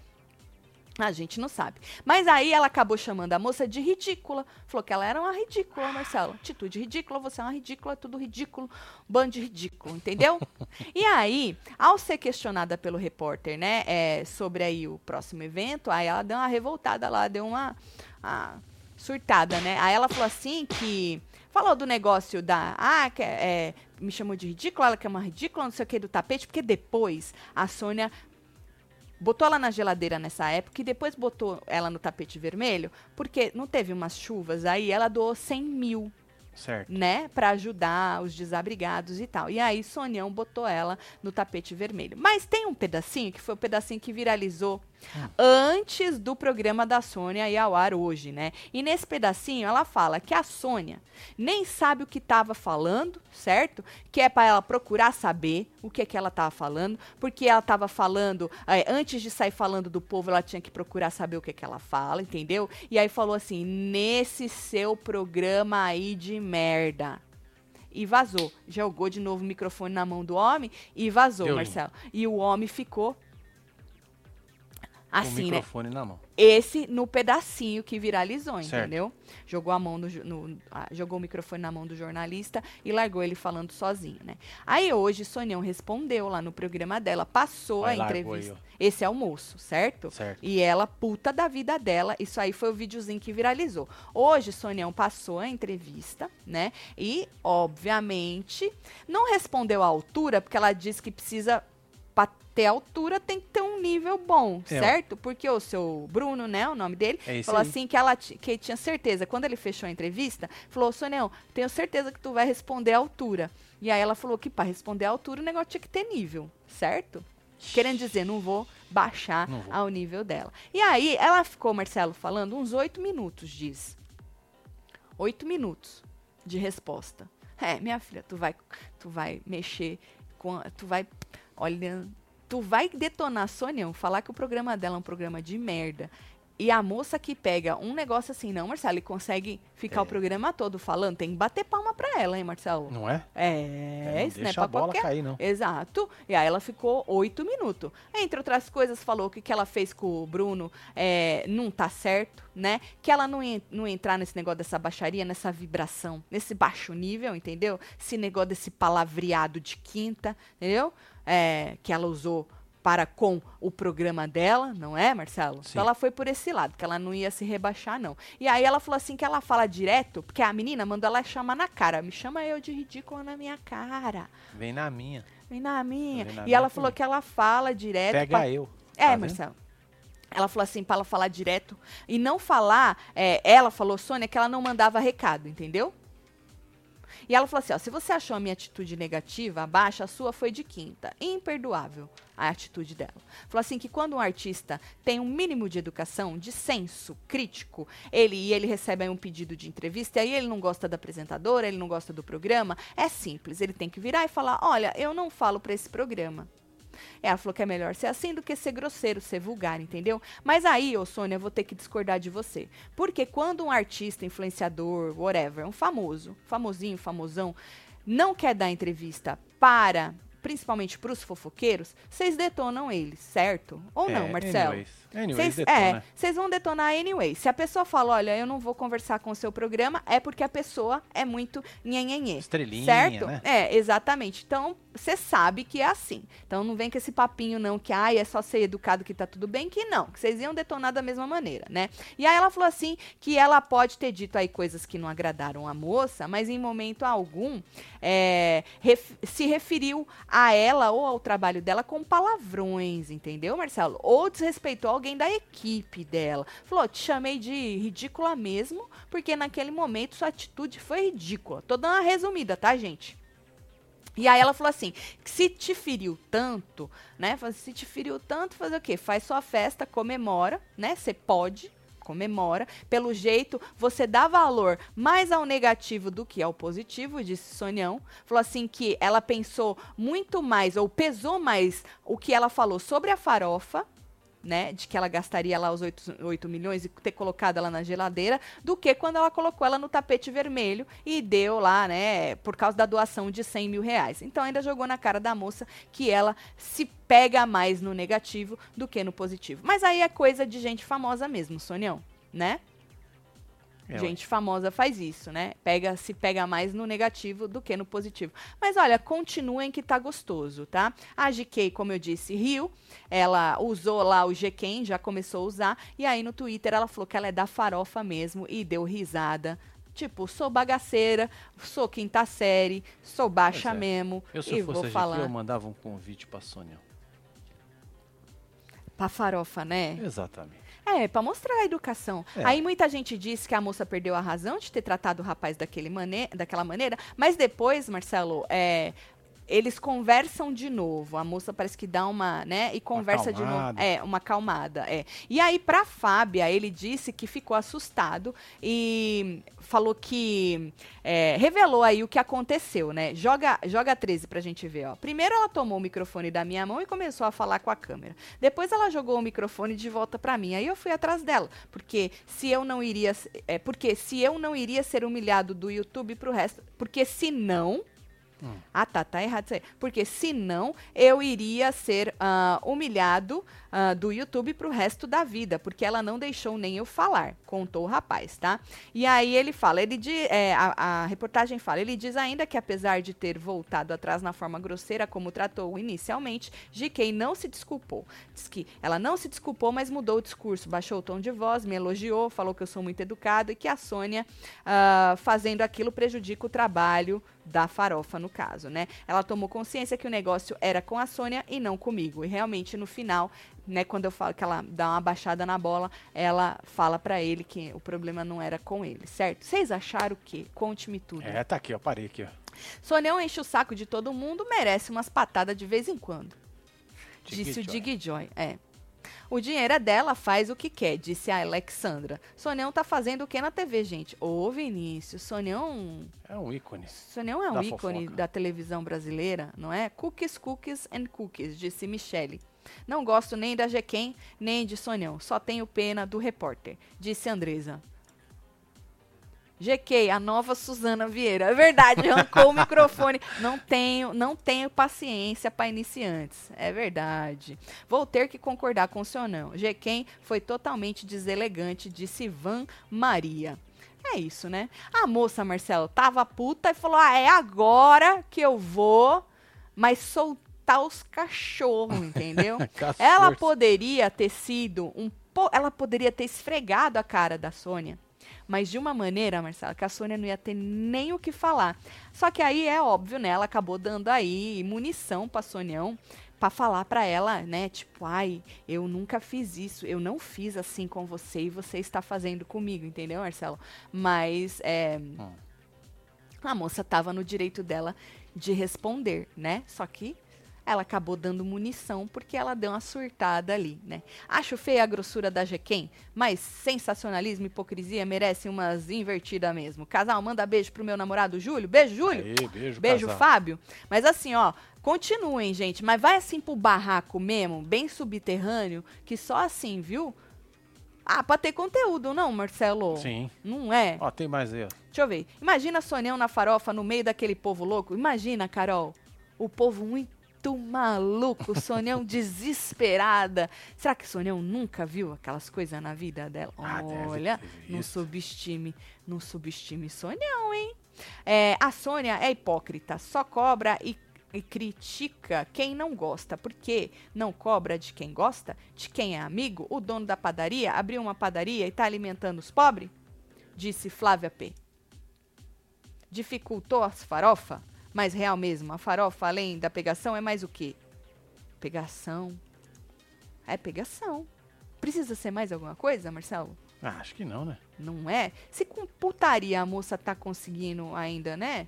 A gente não sabe. Mas aí ela acabou chamando a moça de ridícula. Falou que ela era uma ridícula, Marcelo. Atitude ridícula, você é uma ridícula, tudo ridículo. Bando de ridículo, entendeu? E aí, ao ser questionada pelo repórter, né, é, sobre aí o próximo evento, aí ela deu uma revoltada lá, deu uma, uma surtada, né? Aí ela falou assim que... Falou do negócio da... Ah, que, é, me chamou de ridícula, ela que é uma ridícula, não sei o que, do tapete. Porque depois a Sônia... botou ela na geladeira nessa época e depois botou ela no tapete vermelho, porque não teve umas chuvas aí, ela doou cem mil, Certo. né, pra ajudar os desabrigados e tal. E aí Sonhão botou ela no tapete vermelho. Mas tem um pedacinho, que foi o pedacinho que viralizou hum. antes do programa da Sônia ir ao ar hoje, né? E nesse pedacinho ela fala que a Sônia nem sabe o que estava falando, certo? Que é para ela procurar saber o que é que ela estava falando, porque ela estava falando, é, antes de sair falando do povo, ela tinha que procurar saber o que é que ela fala, entendeu? E aí falou assim, nesse seu programa aí de merda. E vazou. Jogou de novo o microfone na mão do homem e vazou, Deu Marcelo. E o homem ficou assim, o microfone né? na mão. Esse no pedacinho que viralizou, Certo. Entendeu? Jogou a mão no, no ah, jogou o microfone na mão do jornalista e largou ele falando sozinho, né? Aí hoje Sonhão respondeu lá no programa dela, passou Aí a largou entrevista. aí, Esse é o moço, certo? Certo. E ela, puta da vida dela, isso aí foi o videozinho que viralizou. Hoje Sonhão passou a entrevista, né? E, obviamente, não respondeu à altura, porque ela disse que precisa... Pra ter altura tem que ter um nível bom, É. certo? Porque o seu Bruno, né, o nome dele, É isso falou aí. assim que ela t- que tinha certeza. Quando ele fechou a entrevista, falou, Sonhão, tenho certeza que tu vai responder à altura. E aí ela falou que para responder à altura o negócio tinha que ter nível, certo? Querendo dizer, não vou baixar Não vou. ao nível dela. E aí ela ficou, Marcelo, falando uns oito minutos, diz. Oito minutos de resposta. É, minha filha, tu vai, tu vai mexer com, a- tu vai... Olha, tu vai detonar a Sonhão, falar que o programa dela é um programa de merda. E a moça que pega um negócio assim, não, Marcelo, e consegue ficar É. o programa todo falando, tem que bater palma pra ela, hein, Marcelo? Não é? É, não isso não é deixa pra a bola qualquer... cair, não. Exato. E aí ela ficou oito minutos. Entre outras coisas, falou que o que ela fez com o Bruno é, não tá certo, né? Que ela não ia não ia entrar nesse negócio dessa baixaria, nessa vibração, nesse baixo nível, entendeu? Esse negócio desse palavreado de quinta, entendeu? É, que ela usou para com o programa dela, não é, Marcelo? Sim. Então ela foi por esse lado, que ela não ia se rebaixar, não. E aí ela falou assim que ela fala direto, porque a menina mandou ela chamar na cara. Me chama eu de ridícula na minha cara. Vem na minha. Vem na minha. Vem na e minha ela falou também. que ela fala direto. Pega pra- eu. É, Tá vendo? Marcelo. Ela falou assim, para ela falar direto. E não falar... é, ela falou, Sônia, que ela não mandava recado, entendeu? E ela falou assim, ó, se você achou a minha atitude negativa, abaixo, a sua foi de quinta. Imperdoável a atitude dela. Falou assim que quando um artista tem um mínimo de educação, de senso crítico, ele e ele recebe aí um pedido de entrevista, e aí ele não gosta da apresentadora, ele não gosta do programa, é simples, ele tem que virar e falar, olha, eu não falo para esse programa. Ela falou que é melhor ser assim do que ser grosseiro, ser vulgar, entendeu? Mas aí, ô Sônia, eu vou ter que discordar de você. Porque quando um artista, influenciador, whatever, um famoso, famosinho, famosão, não quer dar entrevista para principalmente pros fofoqueiros, vocês detonam eles, certo? Ou É, não, Marcelo? anyways. Anyways, Cês, detona. é, vocês vão detonar anyway. Se a pessoa fala, olha, eu não vou conversar com o seu programa, é porque a pessoa é muito nhenhenhê. Estrelinha, Certo? né? É, exatamente. Então, você sabe que é assim. Então, não vem com esse papinho, não, que ai, é só ser educado que tá tudo bem, que não. Que vocês iam detonar da mesma maneira, né? E aí ela falou assim, que ela pode ter dito aí coisas que não agradaram a moça, mas em momento algum é, ref- se referiu a ela ou ao trabalho dela com palavrões, entendeu, Marcelo? Ou desrespeitou alguém da equipe dela. Falou, te chamei de ridícula mesmo, porque naquele momento sua atitude foi ridícula. Tô dando uma resumida, tá, gente? E aí ela falou assim, que se te feriu tanto, né? Falou assim, se te feriu tanto, fazer o quê? Faz sua festa, comemora, né? Você pode, comemora. Pelo jeito, você dá valor mais ao negativo do que ao positivo, disse Sonião. Falou assim que ela pensou muito mais, ou pesou mais o que ela falou sobre a farofa, né, de que ela gastaria lá os oito milhões e ter colocado ela na geladeira, do que quando ela colocou ela no tapete vermelho e deu lá, né, por causa da doação de cem mil reais. Então ainda jogou na cara da moça que ela se pega mais no negativo do que no positivo. Mas aí é coisa de gente famosa mesmo, Sonião, né? É, Gente famosa faz isso, né? Pega, se pega mais no negativo do que no positivo. Mas olha, continuem que tá gostoso, tá? A G K, como eu disse, riu. Ela usou lá o Gquen, já começou a usar. E aí no Twitter ela falou que ela é da farofa mesmo e deu risada. Tipo, sou bagaceira, sou quinta série, sou baixa Pois é. mesmo. Eu, se e eu fosse vou a G Q, falar eu mandava um convite pra Sônia. pra farofa, né? Exatamente. É, pra mostrar a educação. É. Aí muita gente disse que a moça perdeu a razão de ter tratado o rapaz daquele mane daquela maneira, mas depois, Marcelo, é, eles conversam de novo. A moça parece que dá uma, né, e conversa de novo. acalmada. É, uma acalmada, é. E aí, pra Fábia, ele disse que ficou assustado e falou que é, revelou aí o que aconteceu, né? Joga, joga treze pra gente ver, ó. Primeiro ela tomou o microfone da minha mão e começou a falar com a câmera. Depois ela jogou o microfone de volta pra mim. Aí eu fui atrás dela, porque se eu não iria, é, porque se eu não iria ser humilhado do YouTube pro resto, porque se não Hum. Ah, tá, tá errado isso aí. Porque senão eu iria ser ah, humilhado ah, do YouTube pro resto da vida, porque ela não deixou nem eu falar, contou o rapaz, tá? E aí ele fala, ele di- é, a, a reportagem fala, ele diz ainda que apesar de ter voltado atrás na forma grosseira como tratou inicialmente, G K não se desculpou. Diz que ela não se desculpou, mas mudou o discurso, baixou o tom de voz, me elogiou, falou que eu sou muito educado e que a Sônia ah, fazendo aquilo prejudica o trabalho da farofa, no caso, né? Ela tomou consciência que o negócio era com a Sônia e não comigo. E realmente, no final, né, quando eu falo que ela dá uma baixada na bola, ela fala pra ele que o problema não era com ele, certo? Vocês acharam o quê? Conte-me tudo. É, tá aqui, ó. Parei aqui, ó. Sonião enche o saco de todo mundo, merece umas patadas de vez em quando. Diggy Disse o Joy. Diggy Joy. É. O dinheiro é dela, faz o que quer, disse a Alexandra. Sonião tá fazendo o que na T V, gente? Ô, Vinícius, Sonião... É um ícone. Sonião é um Da ícone fofoca. da televisão brasileira, não é? Cookies, cookies and cookies, disse Michele. Não gosto nem da Gquen, nem de Sonião. Só tenho pena do repórter, disse Andresa. G Q, a nova Suzana Vieira. É verdade, arrancou o microfone. Não tenho, não tenho paciência para iniciantes. É verdade. Vou ter que concordar com o Sonão. Gquen foi totalmente deselegante, disse Van Maria. É isso, né? A moça, Marcelo, tava puta e falou, ah, é agora que eu vou, mas soltar os cachorros, entendeu? Ela Cachorros. poderia ter sido um po- ela poderia ter esfregado a cara da Sônia, mas de uma maneira, Marcelo, que a Sônia não ia ter nem o que falar. Só que aí é óbvio, né? Ela acabou dando aí munição pra Sonião, pra falar pra ela, né? Tipo, ai, eu nunca fiz isso, eu não fiz assim com você e você está fazendo comigo, entendeu, Marcelo? Mas, é, Hum. a moça tava no direito dela de responder, né? Só que ela acabou dando munição porque ela deu uma surtada ali, né? Acho feia a grossura da Gquen, mas sensacionalismo e hipocrisia merecem umas invertidas mesmo. Casal, manda beijo pro meu namorado Júlio. Beijo, Júlio. Aê, beijo, Beijo, casal. Fábio. Mas assim, ó, continuem, gente. Mas vai assim pro barraco mesmo, bem subterrâneo, que só assim, viu? Ah, pra ter conteúdo, não, Marcelo? Sim. Não é? Ó, tem mais aí, ó. Deixa eu ver. Imagina Sonião na farofa no meio daquele povo louco. Imagina, Carol, o povo muito muito maluco, Sonião desesperada. Será que Sonião nunca viu aquelas coisas na vida dela? Ah, Olha, deve ter não visto. subestime, não subestime Sonião, hein? É, a Sônia é hipócrita, só cobra e, e critica quem não gosta. Porque não cobra de quem gosta, de quem é amigo? O dono da padaria abriu uma padaria e tá alimentando os pobres? Disse Flávia P. Dificultou as farofa? Mas real mesmo, a farofa, além da pegação, é mais o quê? Pegação. É pegação. Precisa ser mais alguma coisa, Marcelo? Ah, acho que não, né? Não é? Se com putaria a moça tá conseguindo ainda, né?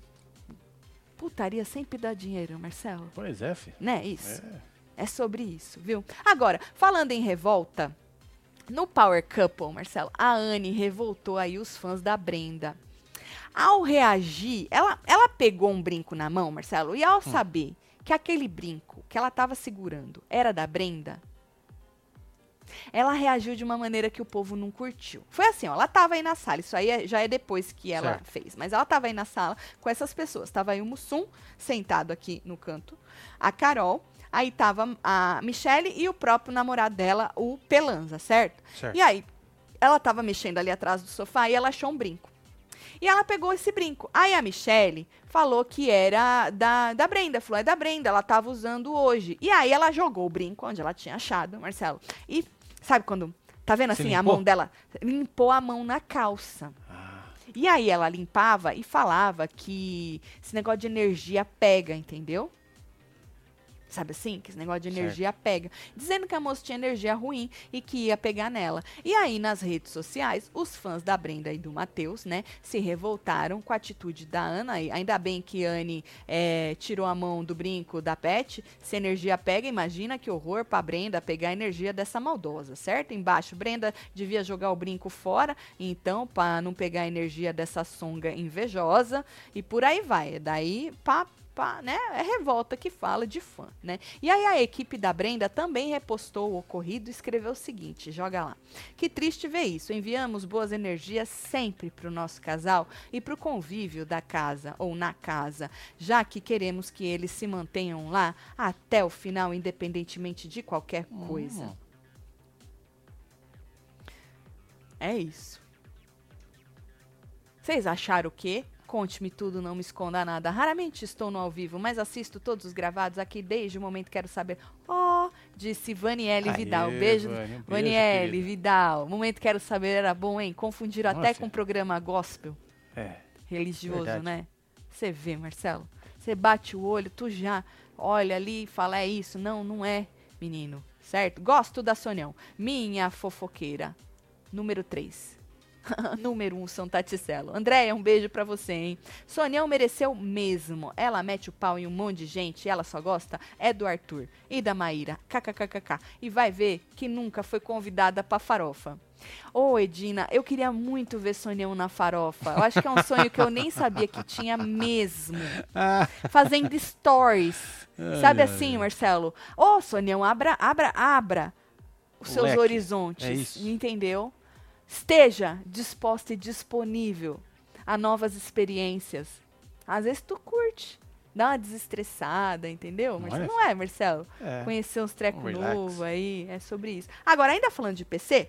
Putaria sempre dá dinheiro, Marcelo. Pois é, filho. Né? Isso. É. É sobre isso, viu? Agora, falando em revolta, no Power Couple, Marcelo, a Anne revoltou aí os fãs da Brenda. Ao reagir, ela, ela pegou um brinco na mão, Marcelo, e ao hum. saber que aquele brinco que ela estava segurando era da Brenda, ela reagiu de uma maneira que o povo não curtiu. Foi assim, ó, ela tava aí na sala, isso aí é, já é depois que ela certo. fez, mas ela tava aí na sala com essas pessoas. Tava aí o Mussum, sentado aqui no canto, a Carol, aí tava a Michele e o próprio namorado dela, o Pelanza, certo? certo? E aí, ela tava mexendo ali atrás do sofá e ela achou um brinco. E ela pegou esse brinco. Aí a Michele falou que era da, da Brenda. Falou, é da Brenda, ela tava usando hoje. E aí ela jogou o brinco onde ela tinha achado, Marcelo. E sabe quando, tá vendo assim, a mão dela? Limpou a mão na calça. Ah. E aí ela limpava e falava que esse negócio de energia pega, entendeu? Sabe assim? Que esse negócio de energia certo. pega. Dizendo que a moça tinha energia ruim e que ia pegar nela. E aí, nas redes sociais, os fãs da Brenda e do Matheus, né, se revoltaram com a atitude da Ana. E ainda bem que a Anne é, tirou a mão do brinco da Pet. Se a energia pega, imagina que horror pra Brenda pegar a energia dessa maldosa, certo? Embaixo, Brenda devia jogar o brinco fora, então, pra não pegar a energia dessa songa invejosa. E por aí vai. Daí, pá, Pá, né? É revolta que fala de fã, né? E aí a equipe da Brenda também repostou o ocorrido e escreveu o seguinte, joga lá. Que triste ver isso, enviamos boas energias sempre pro nosso casal e pro convívio da casa ou na casa, já que queremos que eles se mantenham lá até o final, independentemente de qualquer coisa. Hum. É isso. Vocês acharam o quê? Conte-me tudo, não me esconda nada. Raramente estou no ao vivo, mas assisto todos os gravados aqui desde o momento quero saber. Ó, oh, disse Vaniele Aê, Vidal. Beijo, Vani, um Vaniele beijo, Vidal. Momento quero saber era bom, hein? Confundiram Nossa. até com o programa gospel. É. Religioso, verdade. né? Você vê, Marcelo. Você bate o olho, tu já olha ali e fala, é isso. Não, não é, menino. Certo? Gosto da Sonião. Minha fofoqueira. Número três. Número um, São Taticelo. Andréia, um beijo pra você, hein? Sonião mereceu mesmo. Ela mete o pau em um monte de gente e ela só gosta é do Arthur e da Maíra. KKKKK. E vai ver que nunca foi convidada pra farofa. Ô, Edina, eu queria muito ver Sonião na farofa. Eu acho que é um sonho que eu nem sabia que tinha mesmo. Fazendo stories. Sabe assim, Marcelo? Ô, Sonião, abra, abra, abra os seus Leque. horizontes. É isso. Entendeu? Esteja disposta e disponível a novas experiências. Às vezes tu curte, dá uma desestressada, entendeu? Mas não, não é, Marcelo? É. Conhecer uns trecos novos aí, é sobre isso. Agora, ainda falando de P C,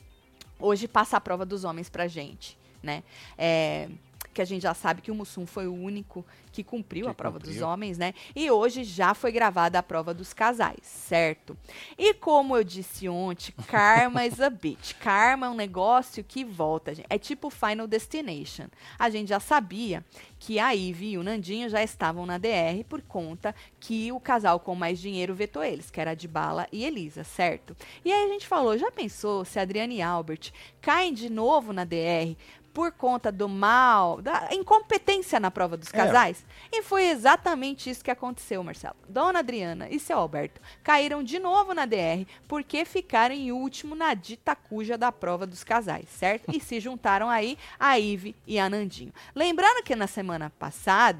hoje passa a prova dos homens pra gente, né? É, que a gente já sabe que o Mussum foi o único que cumpriu que a prova cumpriu. dos homens, né? E hoje já foi gravada a prova dos casais, certo? E como eu disse ontem, karma is a bitch. Karma é um negócio que volta, gente. É tipo Final Destination. A gente já sabia que a Ivy e o Nandinho já estavam na D R por conta que o casal com mais dinheiro vetou eles, que era a Dibala e Elisa, certo? E aí a gente falou, já pensou se Adriane e Albert caem de novo na D R por conta do mal, da incompetência na prova dos casais? É. E foi exatamente isso que aconteceu, Marcelo. Dona Adriana e seu Alberto caíram de novo na D R porque ficaram em último na dita cuja da prova dos casais, certo? E se juntaram aí a Ivy e a Nandinho. Lembrando que na semana passada,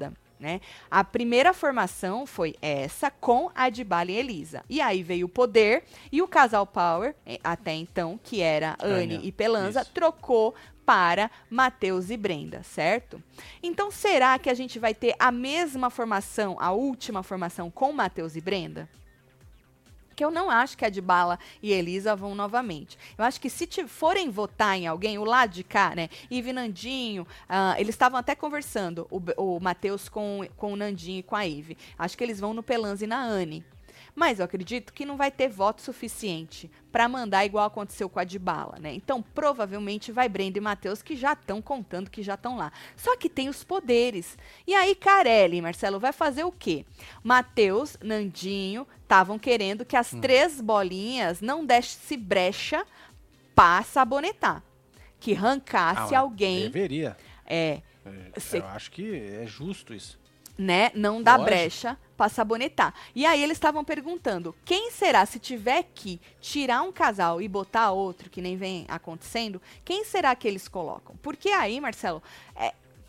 Né? A primeira formação foi essa, com Adbala e Elisa. E aí veio o Poder, e o casal Power, até então, que era Anne e Pelanza, isso. trocou para Matheus e Brenda, certo? Então, será que a gente vai ter a mesma formação, a última formação com Matheus e Brenda? Que eu não acho que a Adbala e Elisa vão novamente. Eu acho que se forem votar em alguém, o lado de cá, né? Ive e Nandinho, uh, eles estavam até conversando, o, o Matheus com, com o Nandinho e com a Ive. Acho que eles vão no Pelanza e na Anne. Mas eu acredito que não vai ter voto suficiente para mandar igual aconteceu com a Adbala, né? Então, provavelmente vai Brenda e Matheus, que já estão contando, que já estão lá. Só que tem os poderes. E aí, Carelli, Marcelo, vai fazer o quê? Matheus, Nandinho, estavam querendo que as hum. três bolinhas não desse brecha para sabonetar. Que arrancasse ah, alguém. Deveria. É. é cê, eu acho que é justo isso. Né? Não dá Lógico. brecha para sabonetar. E aí eles estavam perguntando, quem será, se tiver que tirar um casal e botar outro, que nem vem acontecendo, quem será que eles colocam? Porque aí, Marcelo, é...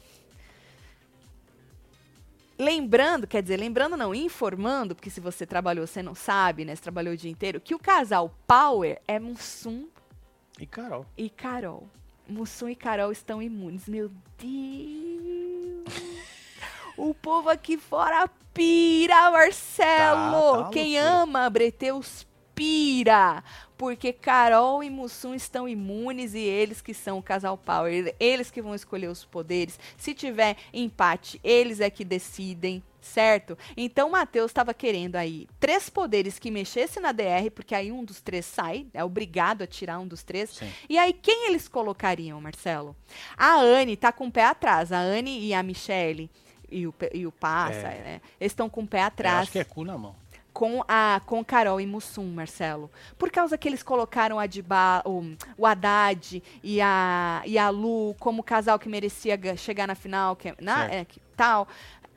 lembrando, quer dizer, lembrando não, informando, porque se você trabalhou, você não sabe, né? Você trabalhou o dia inteiro, que o casal Power é Mussum e Carol. E Carol. Mussum e Carol estão imunes. Meu Deus! O povo aqui fora pira, Marcelo. Tá, tá Quem loucura. ama Breteus pira. Porque Carol e Mussum estão imunes e eles que são o casal Power. Eles que vão escolher os poderes. Se tiver empate, eles é que decidem, certo? Então, o Matheus estava querendo aí três poderes que mexessem na D R, porque aí um dos três sai, é obrigado a tirar um dos três. Sim. E aí, quem eles colocariam, Marcelo? A Anne tá com o pé atrás. A Anne e a Michele... E o, e o Passa, é. né? Eles estão com o pé atrás. Eu acho que é cu na mão. Com a com Carol e Mussum, Marcelo. Por causa que eles colocaram a Adba, o, o Haddad e a, e a Lu como casal que merecia chegar na final, que, na, é, que, tal.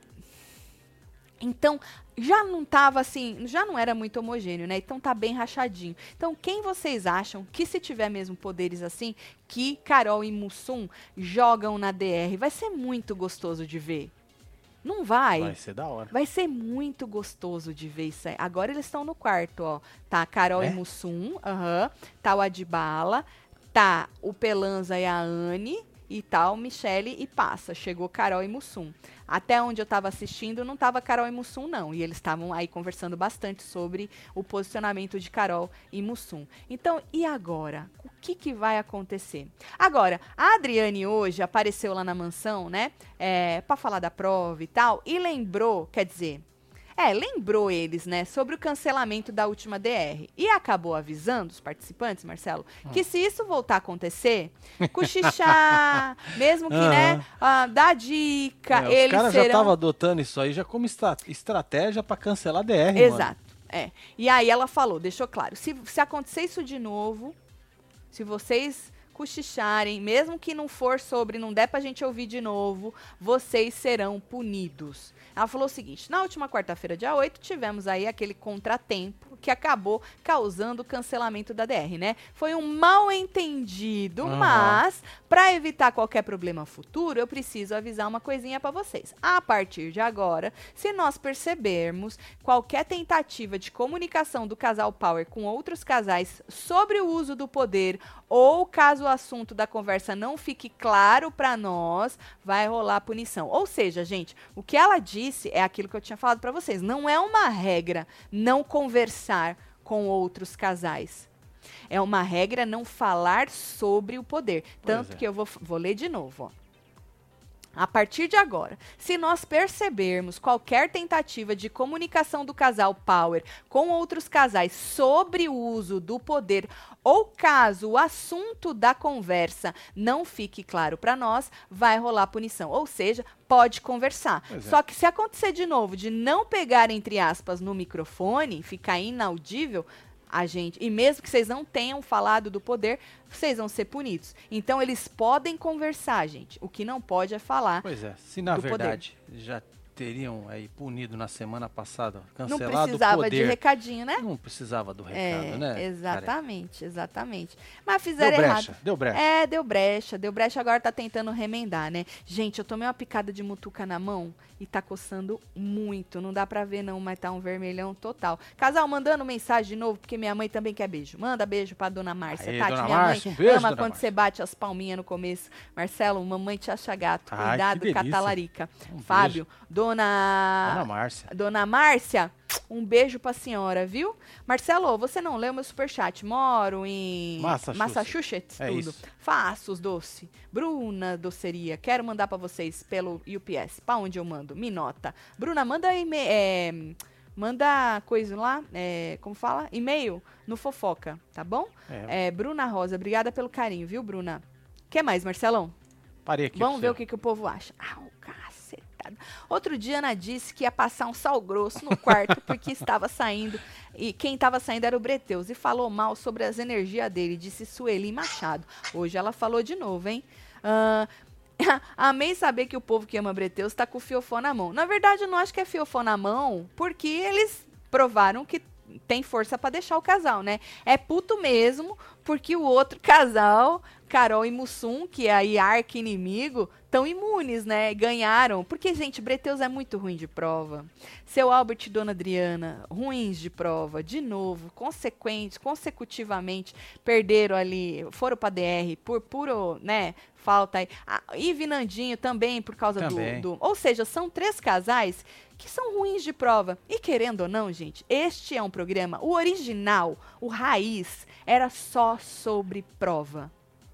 Então, já não tava assim, já não era muito homogêneo, né? Então tá bem rachadinho. Então, quem vocês acham que, se tiver mesmo poderes assim, que Carol e Mussum jogam na D R? Vai ser muito gostoso de ver. Não vai. Vai ser da hora. Vai ser muito gostoso de ver isso aí. Agora eles estão no quarto, ó. Tá a Carol é? e Mussum, uh-huh. Tá o Adbala, tá o Pelanza e a Anne, e tal, Michele e Passa. Chegou Carol e Mussum. Até onde eu estava assistindo, não estava Carol e Mussum, não. E eles estavam aí conversando bastante sobre o posicionamento de Carol e Mussum. Então, e agora? O que, que vai acontecer? Agora, a Adriane hoje apareceu lá na mansão, né? É, para falar da prova e tal. E lembrou, quer dizer... É, lembrou eles, né, sobre o cancelamento da última D R. E acabou avisando os participantes, Marcelo, hum. que se isso voltar a acontecer, cochichar, mesmo que, uhum. né, uh, dar dica, é, eles os caras serão... já estavam adotando isso aí já como estra estratégia para cancelar a D R, Exato, mano. é. E aí ela falou, deixou claro, se, se acontecer isso de novo, se vocês... cochicharem, mesmo que não for sobre, não der pra gente ouvir de novo, vocês serão punidos. Ela falou o seguinte, na última quarta-feira, dia oito, tivemos aí aquele contratempo que acabou causando o cancelamento da D R, né? Foi um mal entendido, uhum. mas para evitar qualquer problema futuro, eu preciso avisar uma coisinha para vocês. A partir de agora, se nós percebermos qualquer tentativa de comunicação do casal Power com outros casais sobre o uso do poder ou caso o assunto da conversa não fique claro para nós, vai rolar punição. Ou seja, gente, o que ela disse é aquilo que eu tinha falado para vocês. Não é uma regra não conversar com outros casais. É uma regra não falar sobre o poder. Tanto é. que eu vou, vou ler de novo, ó. A partir de agora, se nós percebermos qualquer tentativa de comunicação do casal Power com outros casais sobre o uso do poder ou caso o assunto da conversa não fique claro para nós, vai rolar punição. Ou seja, pode conversar. Pois Só é. que se acontecer de novo de não pegar, entre aspas, no microfone, ficar inaudível, a gente, e mesmo que vocês não tenham falado do poder, vocês vão ser punidos. Então, eles podem conversar, gente. O que não pode é falar Pois é, se na do verdade poder. já teriam aí punido na semana passada, Não cancelado o precisava poder. de recadinho, né? Não precisava do recado, É, né? exatamente, exatamente. Mas Deu fizeram brecha, errado. deu brecha. É, deu brecha, deu brecha, agora tá tentando remendar, né? Gente, eu tomei uma picada de mutuca na mão e tá coçando muito. Não dá pra ver não, mas tá um vermelhão total. Casal, mandando mensagem de novo, porque minha mãe também quer beijo. Manda beijo pra dona Márcia. Aê, Tati, dona minha Márcia, mãe um beijo, ama dona quando Márcia. você bate as palminhas no começo. Marcelo, mamãe te acha gato. Ai, Cuidado, que delícia. catalarica. Um Fábio, dona... Dona Márcia. Dona Márcia, um beijo pra senhora, viu? Marcelo, você não leu meu superchat. Moro em Massachusetts. Massachusetts, É tudo. isso. Faço os doce. Bruna Doceria, quero mandar pra vocês pelo U P S. Pra onde eu mando? Me nota. Bruna, manda e-mail. É, manda coisa lá, é, como fala? E-mail no Fofoca, tá bom? É. É, Bruna Rosa, obrigada pelo carinho, viu, Bruna? Quer mais, Marcelão? Parei aqui. Vamos pra ver você. o que, que o povo acha. Ah, o cacetada. Outro dia, Ana disse que ia passar um sal grosso no quarto porque estava saindo. E quem estava saindo era o Breteus. E falou mal sobre as energias dele, disse Sueli Machado. Hoje ela falou de novo, hein? Ah, amei saber que o povo que ama Breteus tá com o fiofó na mão. Na verdade, eu não acho que é fiofó na mão, porque eles provaram que tem força pra deixar o casal, né? É puto mesmo, porque o outro casal, Carol e Mussum, que é aí arqui-inimigo, tão imunes, né? Ganharam. Porque, gente, Breteus é muito ruim de prova. Seu Albert e Dona Adriana, ruins de prova. De novo, consequente, consecutivamente, perderam ali, foram pra D R por puro, né? Falta aí. Ah, e Vinandinho também, por causa do, Também. do... Ou seja, são três casais que são ruins de prova. E querendo ou não, gente, este é um programa, o original, o raiz, era só sobre prova.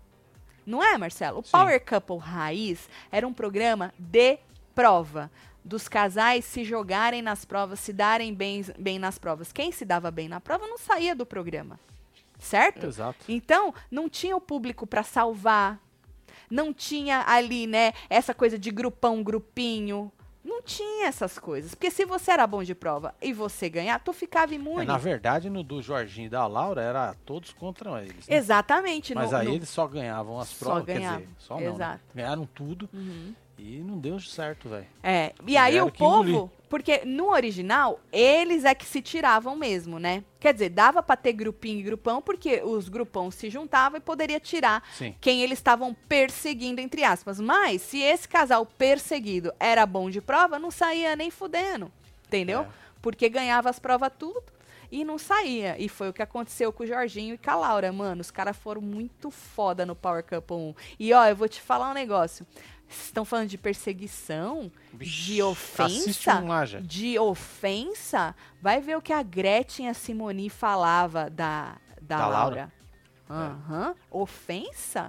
Não é, Marcelo? O Sim. Power Couple Raiz era um programa de prova. Dos casais se jogarem nas provas, se darem bem, bem nas provas. Quem se dava bem na prova não saía do programa. Certo? Exato. Então, não tinha o público para salvar. Não tinha ali, né, essa coisa de grupão, grupinho. Não tinha essas coisas. Porque se você era bom de prova e você ganhar, tu ficava imune. É, na verdade, no do Jorginho e da Laura, era todos contra eles. Né? Exatamente. Mas no, aí no... eles só ganhavam as Só provas, ganhavam, quer dizer, só não, né? exato. Ganharam tudo Uhum. e não deu certo, velho. É, e aí Tiveram o que povo, engolir. porque no original, eles é que se tiravam mesmo, né? Quer dizer, dava pra ter grupinho e grupão, porque os grupão se juntavam e poderia tirar Sim. quem eles estavam perseguindo, entre aspas. Mas, se esse casal perseguido era bom de prova, não saía nem fudendo, entendeu? É. Porque ganhava as provas tudo e não saía. E foi o que aconteceu com o Jorginho e com a Laura, mano. Os caras foram muito foda no Power Couple um. E, ó, eu vou te falar um negócio. Estão falando de perseguição, Vixe, de assiste ofensa, um lá já. de ofensa. Vai ver o que a Gretchen e a Simone falava da, da, Da Laura. Laura? Aham. Ofensa?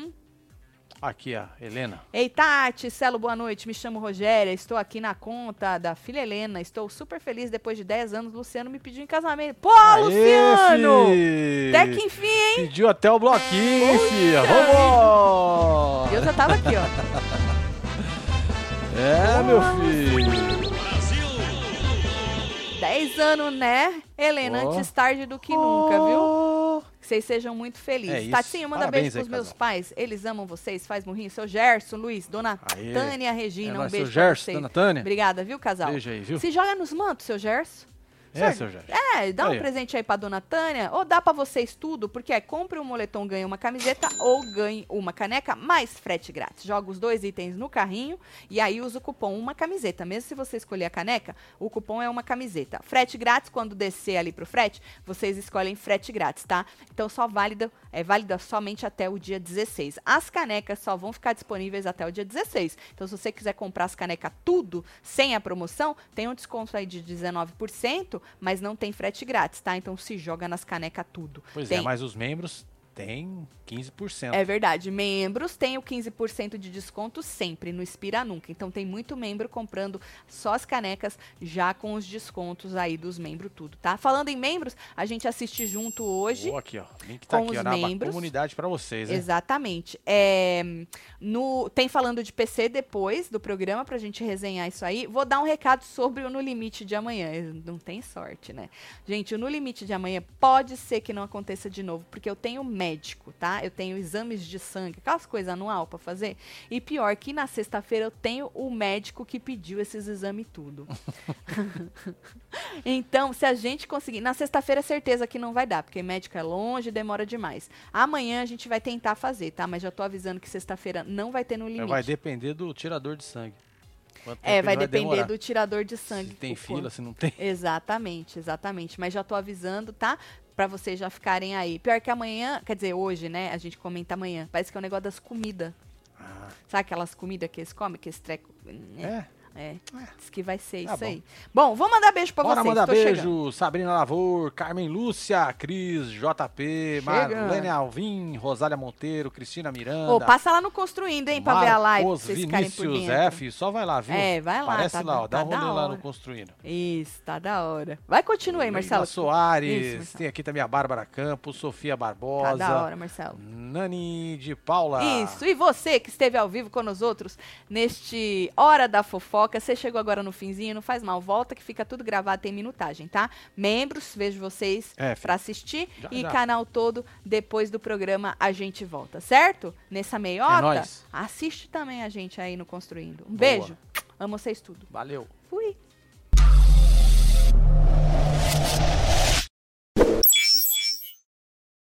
Aqui, a Helena. Ei, Tati, Celo, boa noite. Me chamo Rogéria, estou aqui na conta da filha Helena. Estou super feliz depois de dez anos. Luciano me pediu em casamento. Pô, Aê, Luciano! fi! Até que enfim, hein? Pediu até o bloquinho, filha. Vamos! Eu já tava aqui, ó. É, meu filho. dez anos, né, Helena? Ó. Antes tarde do que nunca, viu? Que vocês sejam muito felizes. É isso. Tatinho, manda Parabéns beijo aí, pros meus casal. pais. Eles amam vocês. Faz morrinho. Seu Gerson, Luiz, Dona Aê. Tânia Regina, É um nóis, beijo seu pra Gerson, vocês. dona Tânia. Obrigada, viu, casal? Beijo aí, viu? Se joga nos mantos, seu Gerson. É, seu Jorge. É, dá um Aí, ó. presente aí pra dona Tânia, ou dá pra vocês tudo, porque é compre um moletom, ganhe uma camiseta, ou ganhe uma caneca, mais frete grátis. Joga os dois itens no carrinho, e aí usa o cupom uma camiseta. Mesmo se você escolher a caneca, o cupom é uma camiseta. Frete grátis, quando descer ali pro frete, vocês escolhem frete grátis, tá? Então só válida, é válida somente até o dia dezesseis. As canecas só vão ficar disponíveis até o dia dezesseis. Então se você quiser comprar as canecas tudo, sem a promoção, tem um desconto aí de dezenove por cento, mas não tem frete grátis, tá? Então se joga nas canecas tudo. Pois Tem- é, mas os membros têm quinze por cento. É verdade. Membros têm o quinze por cento de desconto sempre, não expira nunca. Então tem muito membro comprando só as canecas já com os descontos aí dos membros tudo, tá? Falando em membros, a gente assiste junto hoje. Boa, aqui, ó. O link tá com aqui, os ó, na aba membros. comunidade pra vocês, hein? Exatamente. É, no, tem falando de P C depois do programa pra gente resenhar isso aí. Vou dar um recado sobre o No Limite de amanhã. Não tem sorte, né? Gente, o No Limite de amanhã pode ser que não aconteça de novo, porque eu tenho médico, tá? Eu tenho exames de sangue, aquelas coisas anual pra fazer. E pior que na sexta-feira eu tenho o médico que pediu esses exames tudo. Então, se a gente conseguir... Na sexta-feira é certeza que não vai dar, porque médico é longe e demora demais. Amanhã a gente vai tentar fazer, tá? Mas já tô avisando que sexta-feira não vai ter no limite. Vai depender do tirador de sangue. Quanto É, tempo vai ele depender demorar. do tirador de sangue. Se tem o fila, quanto. se não tem. Exatamente, exatamente. Mas já tô avisando, tá? Pra vocês já ficarem aí. Pior que amanhã, quer dizer, hoje, né? A gente comenta amanhã. Parece que é o negócio das comidas. Ah, Sabe aquelas comidas que eles comem, que eles trecam? é. É. Diz que vai ser Tá isso bom. aí. Bom, vou mandar beijo pra Bora vocês. mandar Tô beijo, chegando. Sabrina Lavor, Carmen Lúcia, Cris, J P, Chegando. Marlene Alvim, Rosália Monteiro, Cristina Miranda. Ô, passa lá no Construindo, hein, pra ver a live, pra Marcos vocês ficarem por Vinícius dentro. F, só vai lá, viu? É, vai lá, Aparece tá lá, da- ó, dá tá um rolê da lá hora. no Construindo. Isso, tá da hora. Vai, continua aí, Marcelo. Leila Soares, Isso, Marcelo. tem aqui também a Bárbara Campos, Sofia Tá Barbosa, da hora, Marcelo. Nani de Paula. Isso, e você que esteve ao vivo com nós outros neste Hora da Fofoca, você chegou agora no finzinho, não faz mal, volta que fica tudo gravado, tem minutagem, tá? Membros, vejo vocês É, filho. pra assistir Já, e já. canal todo, depois do programa a gente volta, certo? Nessa meiota, É nóis. assiste também a gente aí no Construindo. Um Boa. beijo, amo vocês tudo. Valeu. Fui!